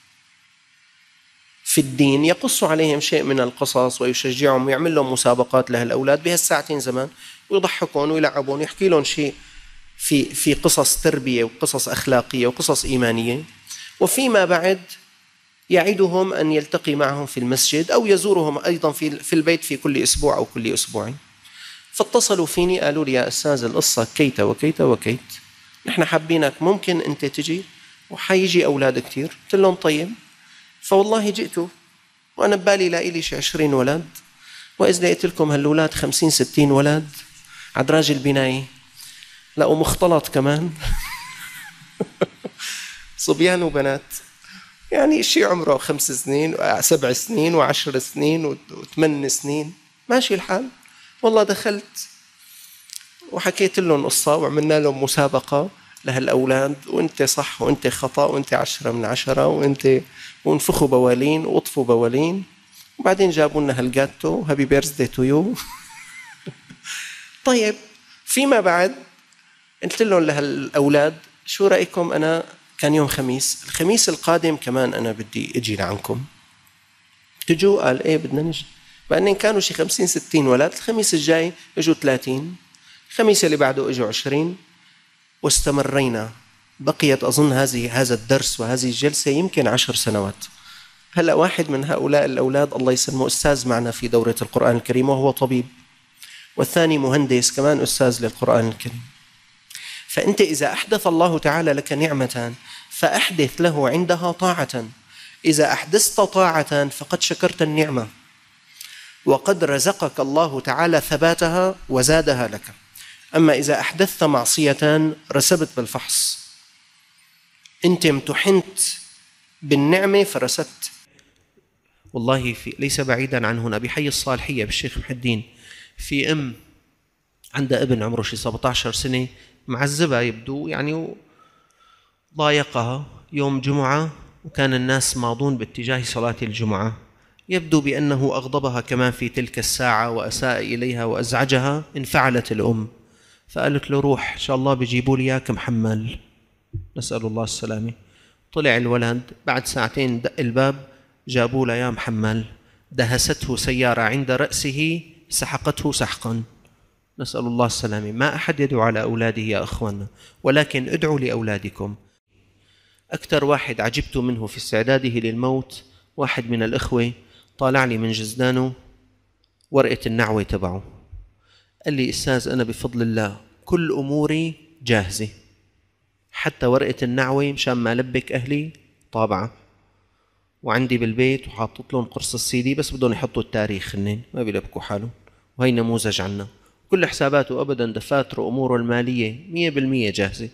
في الدين يقص عليهم شيء من القصص ويشجعهم ويعمل لهم مسابقات لهالأولاد بهالساعتين زمان، ويضحكون ويلعبون ويحكي لهم شيء في قصص تربية وقصص أخلاقية وقصص إيمانية، وفيما بعد يعدهم أن يلتقي معهم في المسجد أو يزورهم أيضا في البيت في كل أسبوع أو كل أسبوعين. فاتصلوا فيني قالوا لي يا أستاذ القصة كيت وكيت وكيت، نحن حابينك ممكن أنت تجي وحيجي أولاد كتير. قلت لهم طيب. فوالله جئتوا وأنا ببالي لاقي شي 20 ولد، وإذا لقيت لكم هالولاد 50-60 ولد عدراج البناية، لقوا مختلط كمان صبيان وبنات، يعني شيء عمره 5 سنين و7 سنين و10 سنين و8 سنين، ماشي الحال. والله دخلت وحكيت لهم قصة وعملنا لهم مسابقة لهالأولاد، وانت صح وانت خطأ وانت 10 من 10 وانت، ونفخوا بوالين واطفوا بوالين، وبعدين جابوا لنا هالجاتو هابي بيرثدي تو يو. طيب فيما بعد قلت لهم لهالأولاد شو رأيكم، أنا كان يوم الخميس القادم كمان أنا بدي أجي لعنكم، تجوا؟ قال إيه بدنا نجي. بعدين كانوا شي 50-60 ولد، الخميس الجاي اجوا 30، الخميس اللي بعده اجوا 20، واستمرينا. بقيت أظن هذا الدرس وهذه الجلسة يمكن 10 سنوات. هلأ واحد من هؤلاء الأولاد الله يسلمه أستاذ معنا في دورة القرآن الكريم وهو طبيب، والثاني مهندس كمان أستاذ للقرآن الكريم. فأنت إذا أحدث الله تعالى لك نعمة فأحدث له عندها طاعة، إذا أحدثت طاعة فقد شكرت النعمة، وقد رزقك الله تعالى ثباتها وزادها لك. أما إذا أحدثت معصية رسبت بالفحص، أنت امتحنت بالنعمة فرسبت. والله ليس بعيدا عن هنا بحي الصالحية بالشيخ محي الدين في أم عندها ابن عمره شي 17 سنة معذبة يبدو يعني، ضايقها يوم جمعة وكان الناس ماضون باتجاه صلاة الجمعة، يبدو بأنه أغضبها كمان في تلك الساعة وأساء إليها وأزعجها. انفعلت الأم فقالت له روح إن شاء الله بيجيبوا لي إياك محمل، نسأل الله السلامة. طلع الولد بعد ساعتين دق الباب، جابوا له يا محمل، دهسته سيارة عند رأسه سحقته سحقا، نسأل الله السلامة. ما أحد يدعو على أولاده يا أخوانا، ولكن ادعوا لأولادكم. أكثر واحد عجبت منه في استعداده للموت واحد من الإخوة طالع لي من جزدانه ورقة النعوة تبعه، قال لي أستاذ أنا بفضل الله كل أموري جاهزة، حتى ورقة النعوة مشان ما ألبك أهلي طابعة، وعندي بالبيت وحاطط لهم قرص السيدي، بس بدهم يحطوا التاريخ هنين ما بيلبكوا حالهم، وهي نموذج عنا. كل حساباته أبدا دفاتره أموره المالية 100% جاهزة،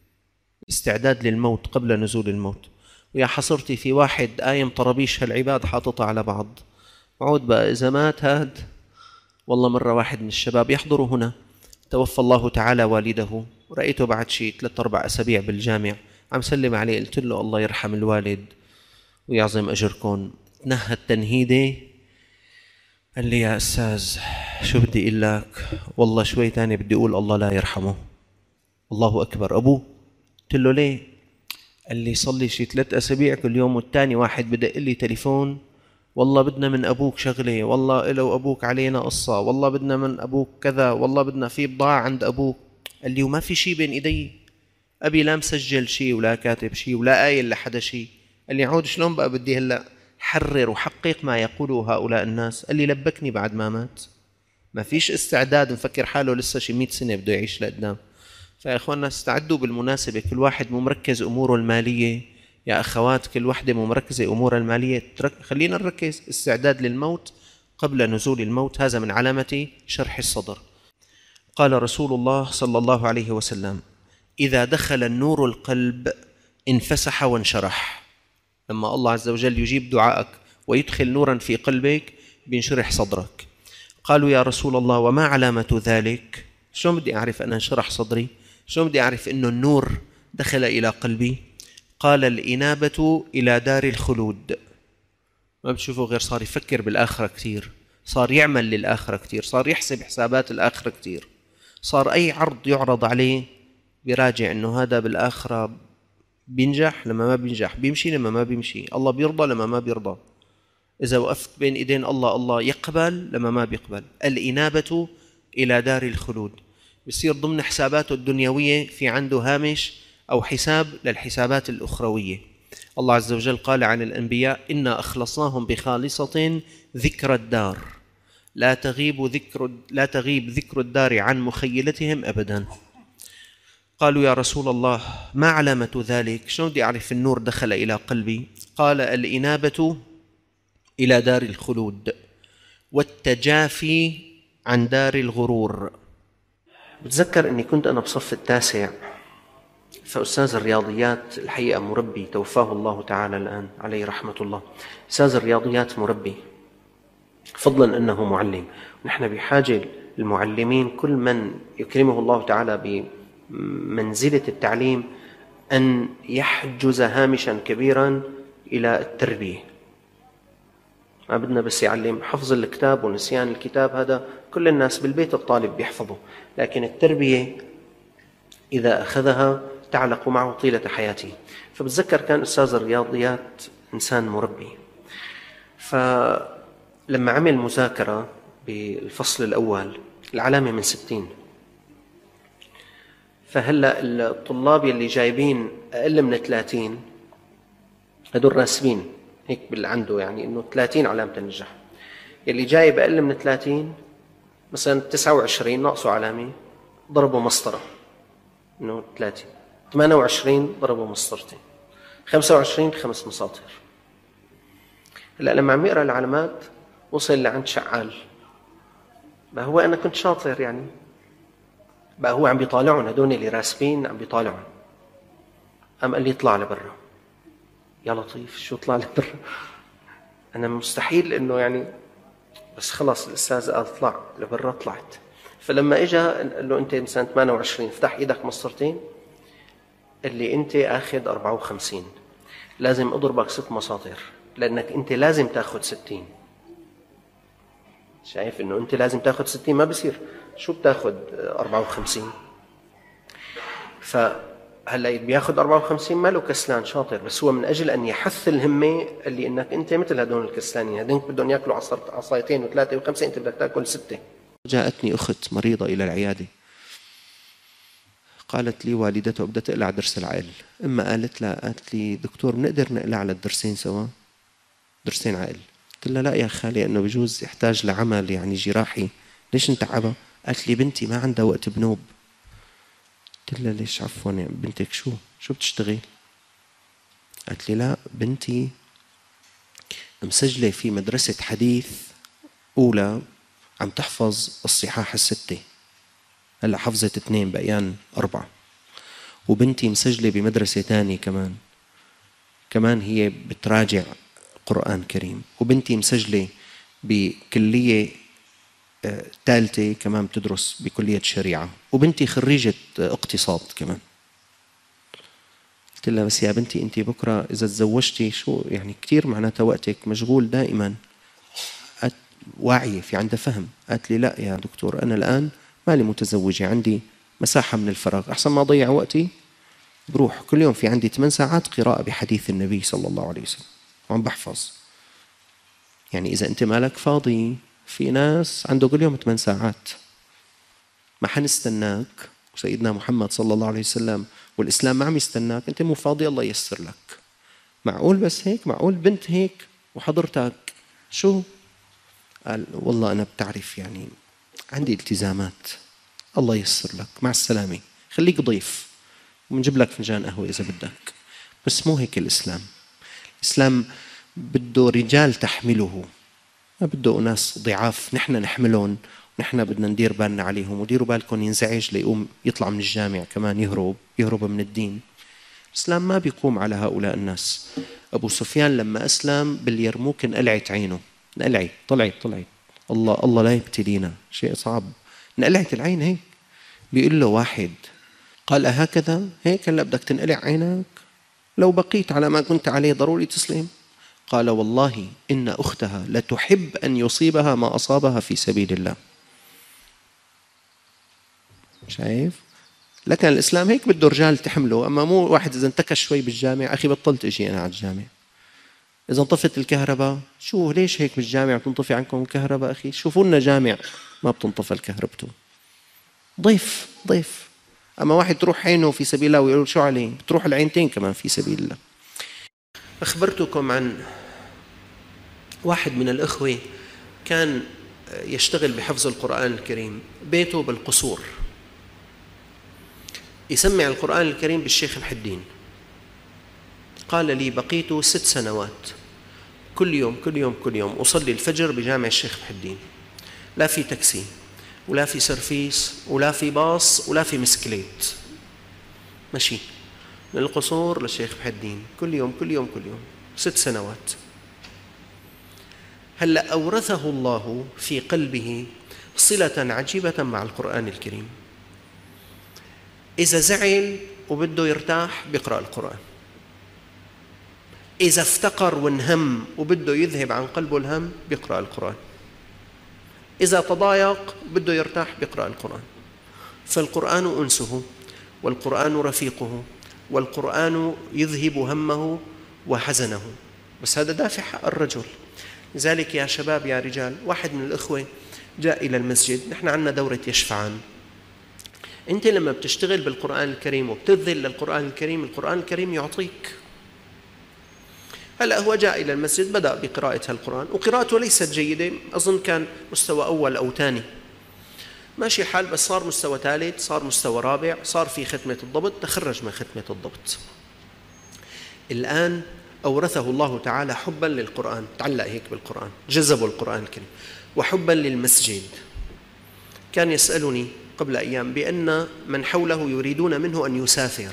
استعداد للموت قبل نزول الموت. ويا حصرتي في واحد قايم طرابيش هالعباد حاططها على بعض. عود بقى إذا مات هاد. والله مرة واحد من الشباب يحضر هنا توفى الله تعالى والده، ورأيته بعد شيء 3-4 أسابيع بالجامع عم سلم عليه، قلت له الله يرحم الوالد ويعظم أجركم. تنهد تنهيدة قال لي يا أستاذ شو بدي أقول لك، والله شوي تاني بدي أقول الله لا يرحمه. الله أكبر أبوه. قلت له ليه؟ قال لي صلي شي 3 أسابيع كل يوم والتاني واحد بدق لي تليفون، والله بدنا من أبوك شغلة، والله لو أبوك علينا قصة، والله بدنا من أبوك كذا، والله بدنا في بضاعة عند أبوك. قال لي وما في شي بين إيدي، أبي لا مسجل شي ولا كاتب شي ولا قايل لحدا شي. قال لي عود شلون بقى بدي هلأ حرر وحقق ما يقوله هؤلاء الناس؟ قال لي لبكني بعد ما مات، ما فيش استعداد، مفكر حاله لسه شي 100 سنة بده يعيش لقدام. فيا إخواننا استعدوا بالمناسبة، كل واحد ممركز أموره المالية، يا أخوات كل وحدة ممركزة أمورها المالية، خلينا نركز. استعداد للموت قبل نزول الموت هذا من علامة شرح الصدر. قال رسول الله صلى الله عليه وسلم إذا دخل النور القلب انفسح وانشرح. لما الله عز وجل يجيب دعائك ويدخل نورا في قلبك بينشرح صدرك. قالوا يا رسول الله وما علامة ذلك؟ شلون بدي أعرف أن انشرح صدري؟ شلون بدي أعرف أنه النور دخل إلى قلبي؟ قال الإنابة إلى دار الخلود. ما بتشوفه غير صار يفكر بالآخرة كتير، صار يعمل للآخرة كتير، صار يحسب حسابات الآخرة كتير، صار أي عرض يعرض عليه بيراجع أنه هذا بالآخرة بينجح لما ما بينجح، بيمشي لما ما بيمشي، الله بيرضى لما ما بيرضى، إذا وقفت بين إيدين الله الله يقبل لما ما بيقبل. الإنابة إلى دار الخلود. بيصير ضمن حساباته الدنيوية في عنده هامش أو حساب للحسابات الأخروية. الله عز وجل قال عن الأنبياء إنا أخلصناهم بخالصة ذكر الدار، لا تغيب ذكر الدار عن مخيلتهم أبدا. قالوا يا رسول الله ما علامة ذلك؟ شلون بدي أعرف النور دخل إلى قلبي؟ قال الإنابة إلى دار الخلود والتجافي عن دار الغرور. بتذكر أني كنت أنا بصف التاسع، فأستاذ الرياضيات الحقيقة مربي توفاه الله تعالى الآن عليه رحمة الله، أستاذ الرياضيات مربي فضلا أنه معلم. نحن بحاجة المعلمين كل من يكرمه الله تعالى بمنزلة التعليم أن يحجز هامشا كبيرا إلى التربية. ما بدنا بس يعلم حفظ الكتاب ونسيان الكتاب، هذا كل الناس بالبيت الطالب بيحفظه، لكن التربية إذا أخذها تعلق معه طيلة حياته. فبتذكر كان أستاذ الرياضيات إنسان مربي، فلما عمل مذاكرة بالفصل الأول العلامة من 60، فهلأ الطلاب اللي جايبين أقل من 30 هدول راسبين هيك عنده، يعني إنه 30 علامة النجاح. اللي جايب أقل من 30 مثلا 29 ناقصه علامة ضربوا مسطرة إنه 30، 28 ضربوا مسطرتين، 25 5 مساطر. هلا لما عم يقرأ العلامات وصل لعند شعال، ما هو أنا كنت شاطر يعني، بقى هو عم بيطالعون هدول اللي راسبين عم بيطالعون. قام قال لي اطلع لبرا. يا لطيف شو اطلع لبرا؟ أنا مستحيل إنه يعني، بس خلاص الأستاذ قال اطلع لبرا، طلعت. فلما إجا قال له أنت مثلا 28 فتح إيدك مسطرتين، قال لي أنت أخذ 54 لازم أضربك 6 مساطر، لأنك أنت لازم تأخذ 60. شايف إنه أنت لازم تأخذ 60، ما بصير. شو بتأخذ 54؟ فهلا بياخذ 54 ماله كسلان شاطر، بس هو من أجل أن يحث الهمة اللي إنك أنت مثل هدول الكسلانين، هدول بدهم يأكلوا عصايتين وثلاثة وخمسة، أنت بدك تأكل 6. جاءتني أخت مريضة إلى العيادة، قالت لي والدتها بدها تقلع ضرس العقل. إما قالت لي دكتور بنقدر نقلع على الضرسين سوا، ضرسين عقل؟ قلت لها لا يا خالي، أنه بجوز يحتاج لعمل يعني جراحي، ليش نتعبها؟ قالت لي بنتي ما عندها وقت بنوب. قلت لها ليش عفوا يا بنتك شو بتشتغل؟ قالت لي لا بنتي مسجلة في مدرسة حديث أولى عم تحفظ الصحاح 6، هلا حفظت 2 بقيان 4، وبنتي مسجلة بمدرسة تانية كمان هي بتراجع قرآن كريم، وبنتي مسجلة بكلية ثالثة كمان بتدرس بكلية شريعة، وبنتي خريجة اقتصاد كمان. قلت لها بس يا بنتي انت بكرة اذا تزوجتي شو يعني كتير معناتها وقتك مشغول دائما. واعية في عندها فهم. قالت لي لا يا دكتور انا الان مالي متزوجة، عندي مساحة من الفراغ، احسن ما اضيع وقتي بروح كل يوم في عندي 8 ساعات قراءة بحديث النبي صلى الله عليه وسلم وعم بحفظ. يعني اذا انت مالك فاضي، في ناس عنده كل يوم 8 ساعات، ما حنستناك. وسيدنا محمد صلى الله عليه وسلم والإسلام ما عم يستناك، أنت مو فاضي الله ييسر لك. معقول بس هيك؟ معقول بنت هيك وحضرتك شو؟ قال والله أنا بتعرف يعني عندي التزامات، الله ييسر لك، مع السلامة، خليك ضيف ومنجيب لك فنجان قهوة إذا بدك. بس مو هيك الإسلام. الإسلام بده رجال تحمله، ما بده ناس ضعاف نحن نحملهم ونحن بدنا ندير بالنا عليهم. وديروا بالكم ينزعج ليقوم يطلع من الجامع كمان يهرب من الدين. الإسلام ما بيقوم على هؤلاء الناس. أبو سفيان لما أسلم باليرموك انقلعت عينه، انقلعت طلعت الله لا يبتلينا، شيء صعب، انقلعت العين هيك. بيقول له واحد قال أهكذا هيك هلا بدك تنقلع عينك؟ لو بقيت على ما كنت عليه ضروري تسلم؟ قال والله إن أختها لتحب أن يصيبها ما أصابها في سبيل الله. شايف؟ لكن الإسلام هيك بده رجال تحمله، أما مو واحد إذا انتكش شوي بالجامع أخي بطلت أجي أنا على الجامع. إذا انطفت الكهرباء شو ليش هيك بالجامع بتنطفي عنكم الكهرباء أخي؟ شوفوا لنا جامع ما بتنطفى كهربته. ضيف. أما واحد تروح عينه في سبيل الله ويقول شو عليه؟ بتروح العينتين كمان في سبيل الله. أخبرتكم عن واحد من الأخوة كان يشتغل بحفظ القرآن الكريم، بيته بالقصور، يسمع القرآن الكريم بالشيخ محي الدين. قال لي بقيت 6 سنوات كل يوم أصلي الفجر بجامع الشيخ محي الدين، لا في تاكسي ولا في سرفيس ولا في باص ولا في مسكليت، مشي من القصور للشيخ محي الدين كل يوم 6 سنوات. هلأ أورثه الله في قلبه صلة عجيبة مع القرآن الكريم. إذا زعل وبده يرتاح بيقرأ القرآن، إذا افتقر وانهم وبده يذهب عن قلبه الهم بيقرأ القرآن، إذا تضايق بده يرتاح بيقرأ القرآن. فالقرآن أنسه، والقرآن رفيقه، والقرآن يذهب همه وحزنه. بس هذا دافع حق الرجل. لذلك يا شباب يا رجال، واحد من الإخوة جاء إلى المسجد، نحن عندنا دورة يشفعان. أنت لما بتشتغل بالقرآن الكريم وبتذل للقرآن الكريم، القرآن الكريم يعطيك. هلأ هو جاء إلى المسجد بدأ بقراءة القرآن، وقراءته ليست جيدة، أظن كان مستوى أول أو ثاني، ماشي الحال، بس صار مستوى ثالث، صار مستوى رابع، صار في ختمة الضبط، تخرج من ختمة الضبط. الآن أورثه الله تعالى حبا للقرآن، تعلق هيك بالقرآن، جذبه القرآن الكريم، وحبا للمسجد. كان يسألني قبل أيام بأن من حوله يريدون منه أن يسافر،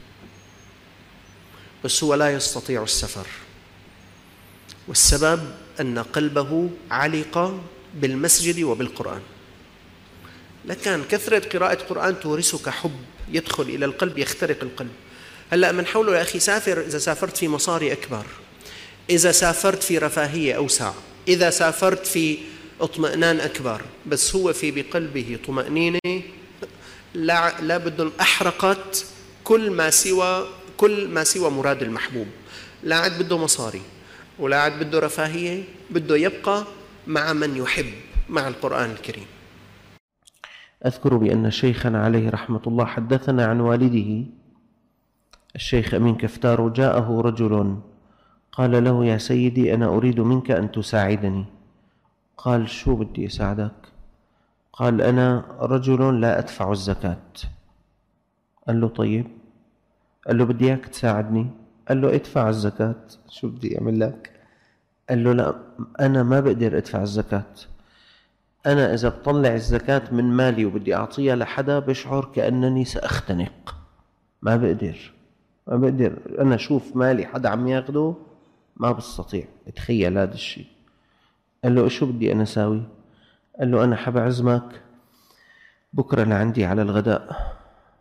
بس هو لا يستطيع السفر، والسبب أن قلبه علق بالمسجد وبالقرآن. لكن كثرة قراءة القرآن تورثك حب يدخل إلى القلب، يخترق القلب. هلأ من حوله يا أخي سافر، إذا سافرت في مصاري أكبر، إذا سافرت في رفاهية أوسع، إذا سافرت في اطمئنان أكبر، بس هو في بقلبه طمأنينة لا بد أحرقت كل ما سوى مراد المحبوب. لا عاد بده مصاري ولا عاد بده رفاهية، بده يبقى مع من يحب، مع القرآن الكريم. أذكر بأن شيخنا عليه رحمة الله حدثنا عن والده الشيخ أمين كفتار، جاءه رجل قال له: يا سيدي، أنا أريد منك أن تساعدني. قال: شو بدي أساعدك؟ قال: أنا رجل لا أدفع الزكاة. قال له: طيب. قال له: بدي إياك تساعدني. قال له: ادفع الزكاة، شو بدي أعمل لك؟ قال له: لا، أنا ما بقدر أدفع الزكاة. أنا إذا بطلع الزكاة من مالي وبدي أعطيها لحدا بشعر كأنني سأختنق. ما بقدر أنا أشوف مالي حدا عم ياخده ما بستطيع أتخيل هذا الشيء. قال له: شو بدي أنا أساوي؟ قال له: أنا حاب أعزمك بكرة لعندي على الغداء،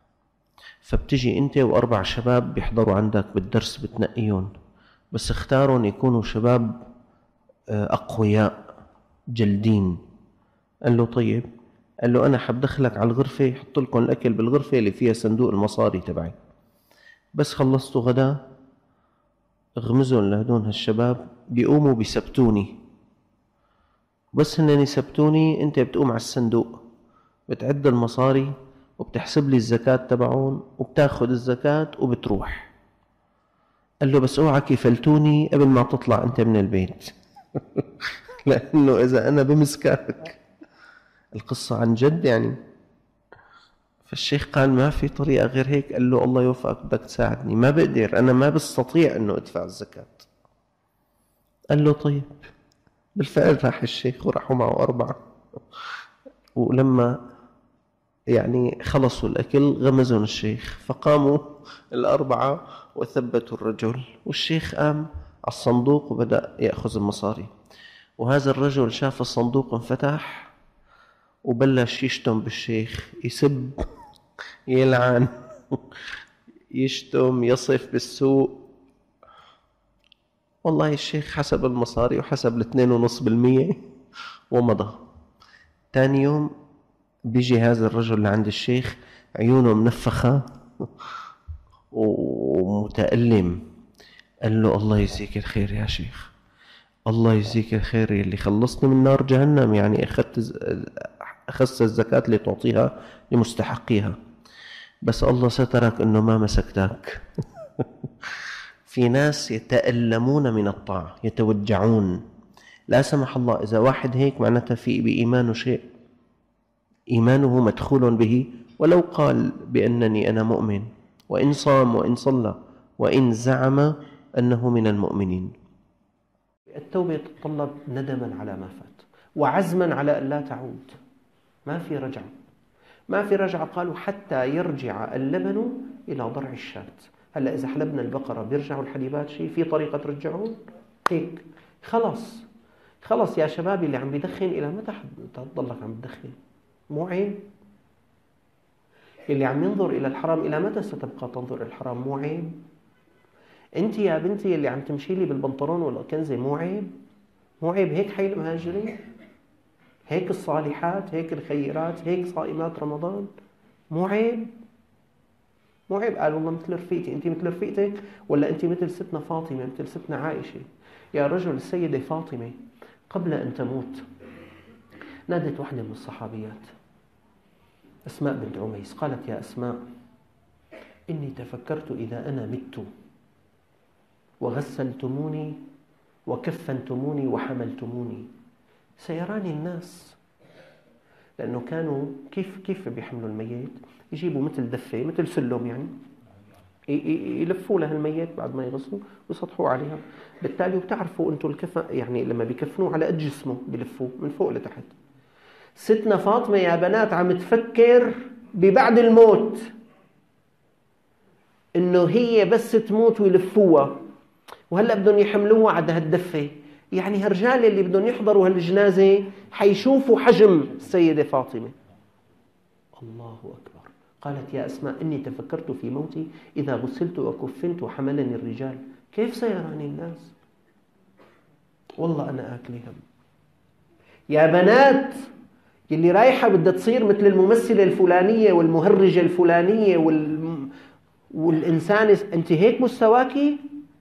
فبتجي أنت و4 شباب بيحضروا عندك بالدرس، بتنقيهم، بس اختارهم يكونوا شباب أقوياء جلدين. قال له: طيب. قال له: أنا حاب دخلك على الغرفة، حط لكم الأكل بالغرفة اللي فيها صندوق المصاري تبعي، بس خلصتوا غدا اغمزهم لهدون هالشباب بيقوموا بيثبتوني، بس هن يثبتوني انت بتقوم على الصندوق بتعد المصاري وبتحسب لي الزكاة تبعون وبتاخد الزكاة وبتروح. قال له: بس اوعك يفلتوني قبل ما تطلع انت من البيت لانه اذا انا بمسكك. القصة عن جد يعني. فالشيخ قال: ما في طريقة غير هيك. قال له: الله يوفقك، بدك تساعدني، ما بقدر، أنا ما بستطيع أنه أدفع الزكاة. قال له: طيب. بالفعل راح الشيخ وراحوا معه 4، ولما يعني خلصوا الأكل غمزهم الشيخ، فقاموا 4 وثبتوا الرجل، والشيخ قام على الصندوق وبدأ يأخذ المصاري، وهذا الرجل شاف الصندوق انفتح وبلش يشتم بالشيخ، يسب، يلعن يشتم، يصف بالسوء. والله الشيخ حسب المصاري وحسب 2.5% ومضى. تاني يوم بيجي هذا الرجل لعند الشيخ عيونه منفخة ومتألم. قال له: الله يجزيك الخير يا شيخ، الله يجزيك الخير اللي خلصني من نار جهنم، يعني أخذت الزكاة اللي تعطيها لمستحقيها، بس الله سترك أنه ما مسكتك في ناس يتألمون من الطاعة، يتوجعون، لا سمح الله. إذا واحد هيك معناتها في بإيمانه شيء، إيمانه مدخول به، ولو قال بأنني أنا مؤمن، وإن صام وإن صلى وإن زعم أنه من المؤمنين. التوبة تتطلب ندما على ما فات وعزما على أن لا تعود. ما في رجعة، ما في رجعة. قالوا حتى يرجع اللبن إلى ضرع الشاة. هلأ إذا حلبنا البقرة بيرجعوا الحليبات شيء؟ في طريقة ترجعون هيك؟ خلص يا شبابي، اللي عم بيدخن إلى متى تضلك عم تدخن؟ مو عيب؟ اللي عم ينظر إلى الحرام إلى متى ستبقى تنظر إلى الحرام؟ مو عيب؟ أنت يا بنتي اللي عم تمشي لي بالبنطلون والكنزة، مو عيب؟ مو عيب؟ هيك حي المهاجرين، هيك الصالحات، هيك الخيرات، هيك صائمات رمضان. مو عيب؟ مو عيب. قال والله مثل رفيقتي. انت مثل رفيقتك ولا انت مثل ستنا فاطمة، مثل ستنا عائشة؟ يا رجل، السيدة فاطمة قبل أن تموت نادت واحدة من الصحابيات، أسماء بنت عميس، قالت: يا أسماء، إني تفكرت إذا أنا مت وغسلتموني وكفنتموني وحملتموني سيراني الناس. لأنه كانوا كيف بيحملوا الميت؟ يجيبوا مثل دفة، مثل سلم يعني، يلفوا لها الميت بعد ما يغسلوا ويسطحوا عليها. بالتالي بتعرفوا أنتم الكفن يعني لما بيكفنوه على قد جسمه بيلفوه من فوق لتحت. ستنا فاطمة يا بنات عم تفكر ببعد الموت، إنه هي بس تموت ويلفوها، وهلأ بدهم يحملوها على هالدفة. يعني هالرجال اللي بدهم يحضروا هالجنازة حيشوفوا حجم السيدة فاطمة. الله أكبر. قالت: يا أسماء، إني تفكرت في موتي إذا غسلت وكفنت وحملني الرجال، كيف سيراني الناس؟ والله أنا آكل هم. يا بنات اللي رايحة بدها تصير مثل الممثلة الفلانية والمهرجة الفلانية والإنسان، أنت هيك مستواكي؟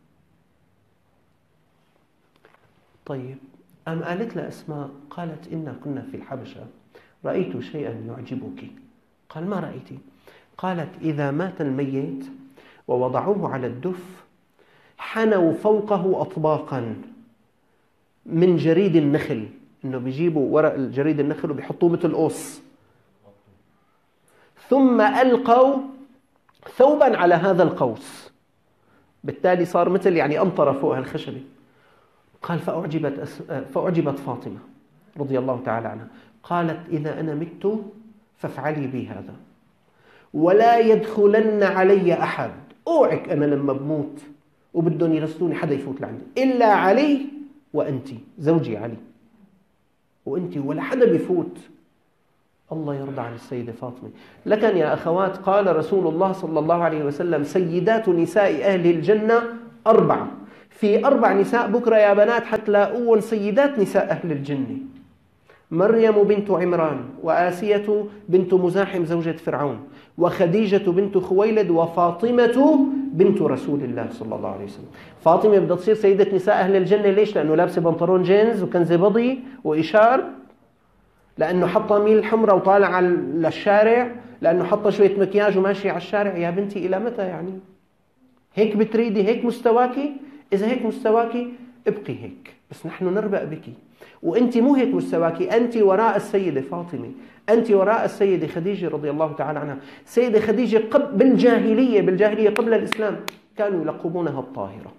طيب قالت لها أسماء، قالت إنا كنا في الحبشة رأيت شيئا يعجبك. قال ما رأيتي؟ قالت إذا مات الميت ووضعوه على الدف حنوا فوقه أطباقا من جريد النخل، إنه بيجيبوا ورق الجريد النخل وبيحطوه مثل قوس، ثم ألقوا ثوبا على هذا القوس، بالتالي صار مثل يعني أمطر فوق هالخشبة. قال فأعجبت فاطمة رضي الله تعالى عنها، قالت إذا أنا مت فافعلي بي هذا ولا يدخلن علي أحد، أوعك أنا لما بموت وبدهم يرسلوني حدا يفوت لعندي إلا علي وأنت زوجي علي، وأنت ولا حدا بيفوت. الله يرضى عن السيدة فاطمة. لكن يا أخوات قال رسول الله صلى الله عليه وسلم سيدات نساء أهل الجنة 4، في 4 نساء بكرة يا بنات حتلاقوهم سيدات نساء أهل الجنة: مريم بنت عمران، وآسية بنت مزاحم زوجة فرعون، وخديجة بنت خويلد، وفاطمة بنت رسول الله صلى الله عليه وسلم. فاطمة بدها تصير سيدة نساء أهل الجنة. ليش؟ لأنه لابسة بنطلون جينز وكنزة بضي وإشار، لأنه حطها ميل حمرة وطالع للشارع، لأنه حطها شوية مكياج وماشي على الشارع. يا بنتي إلى متى يعني؟ هيك بتريدي؟ هيك مستواكي؟ إذا هيك مستواكي ابقي هيك، بس نحن نربأ بك. وأنت مو هيك مستواكي، أنت وراء السيدة فاطمة، أنت وراء السيدة خديجة رضي الله تعالى عنها. السيدة خديجة بالجاهلية قبل الإسلام كانوا يلقبونها الطاهرة.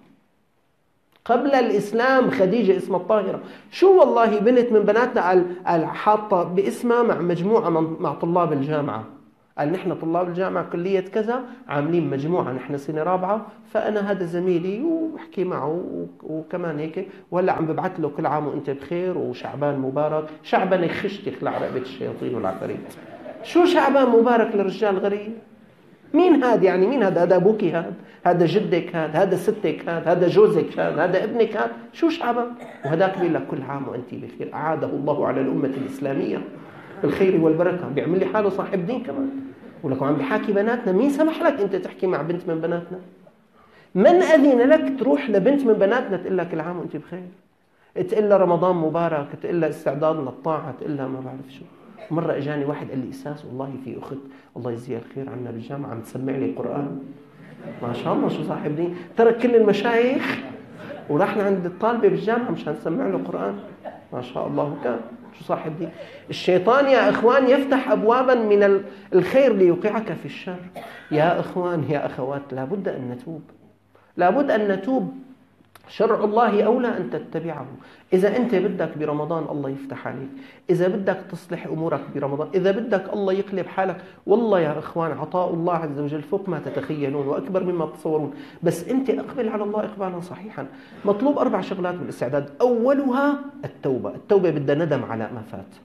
قبل الإسلام خديجة اسمها الطاهرة. شو والله بنت من بناتنا حاطة باسمها مع مجموعة مع طلاب الجامعة، قال نحن طلاب الجامعة كلية كذا عاملين مجموعة، نحن سنة رابعة، فأنا هذا زميلي وبحكي معه وكمان هيك، وهلا عم ببعث له كل عام وأنت بخير وشعبان مبارك. شعبان يخش يخلع رقبة الشياطين والعفاريت. شو شعبان مبارك للرجال غريب؟ مين هذا يعني؟ مين هذا؟ هذا أبوك، هذا جدك، هذا ستك، هذا جوزك، هذا ابنك، شو شعبان؟ وهذاك بيقول لك كل عام وأنت بخير، أعاده الله على الأمة الإسلامية بالخير والبركة. بيعمل لي حاله صاحب دين كمان. ولكم عم بحاكي بناتنا. مين سمح لك أنت تحكي مع بنت من بناتنا؟ من أذن لك تروح لبنت من بناتنا تقول لك كل عام وأنت بخير، تقول لها رمضان مبارك، تقول لها استعداد للطاعة، تقول لها ما بعرف شو. مرة اجاني واحد قال لي اساس والله في اخت الله يجزيها الخير عنا بالجامعه عم تسمع لي قران، ما شاء الله شو صاحب دين، ترك كل المشايخ ورحنا عند الطالبه بالجامعه مشان نسمع له قران، ما شاء الله كان شو صاحب دين. الشيطان يا اخوان يفتح ابوابا من الخير ليوقعك في الشر. يا اخوان يا اخوات لابد ان نتوب، لابد ان نتوب. شرع الله أولى أن تتبعه. إذا أنت بدك برمضان الله يفتح عليك، إذا بدك تصلح أمورك برمضان، إذا بدك الله يقلب حالك، والله يا إخوان عطاء الله عز وجل فوق ما تتخيلون وأكبر مما تتصورون. بس أنت أقبل على الله إقبالا صحيحا. مطلوب 4 شغلات بالاستعداد. أولها التوبة. التوبة بدها ندم على ما فات،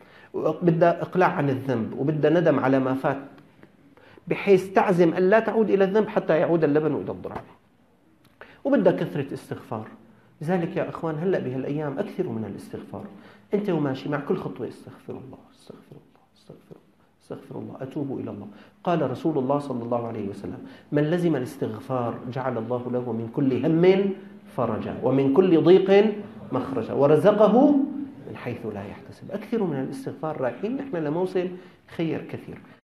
بدها إقلاع عن الذنب، وبدها ندم على ما فات بحيث تعزم أن لا تعود إلى الذنب حتى يعود اللبن إلى الضرع، وبدها كثرة استغفار. لذلك يا أخوان هلأ بهالأيام أكثروا من الاستغفار. أنت وماشي مع كل خطوة استغفر الله استغفر الله استغفر الله استغفر الله أتوب إلى الله. قال رسول الله صلى الله عليه وسلم من لزم الاستغفار جعل الله له من كل هم فرجا ومن كل ضيق مخرجا ورزقه من حيث لا يحتسب. أكثروا من الاستغفار، رايحين نحن لموسم خير كثير.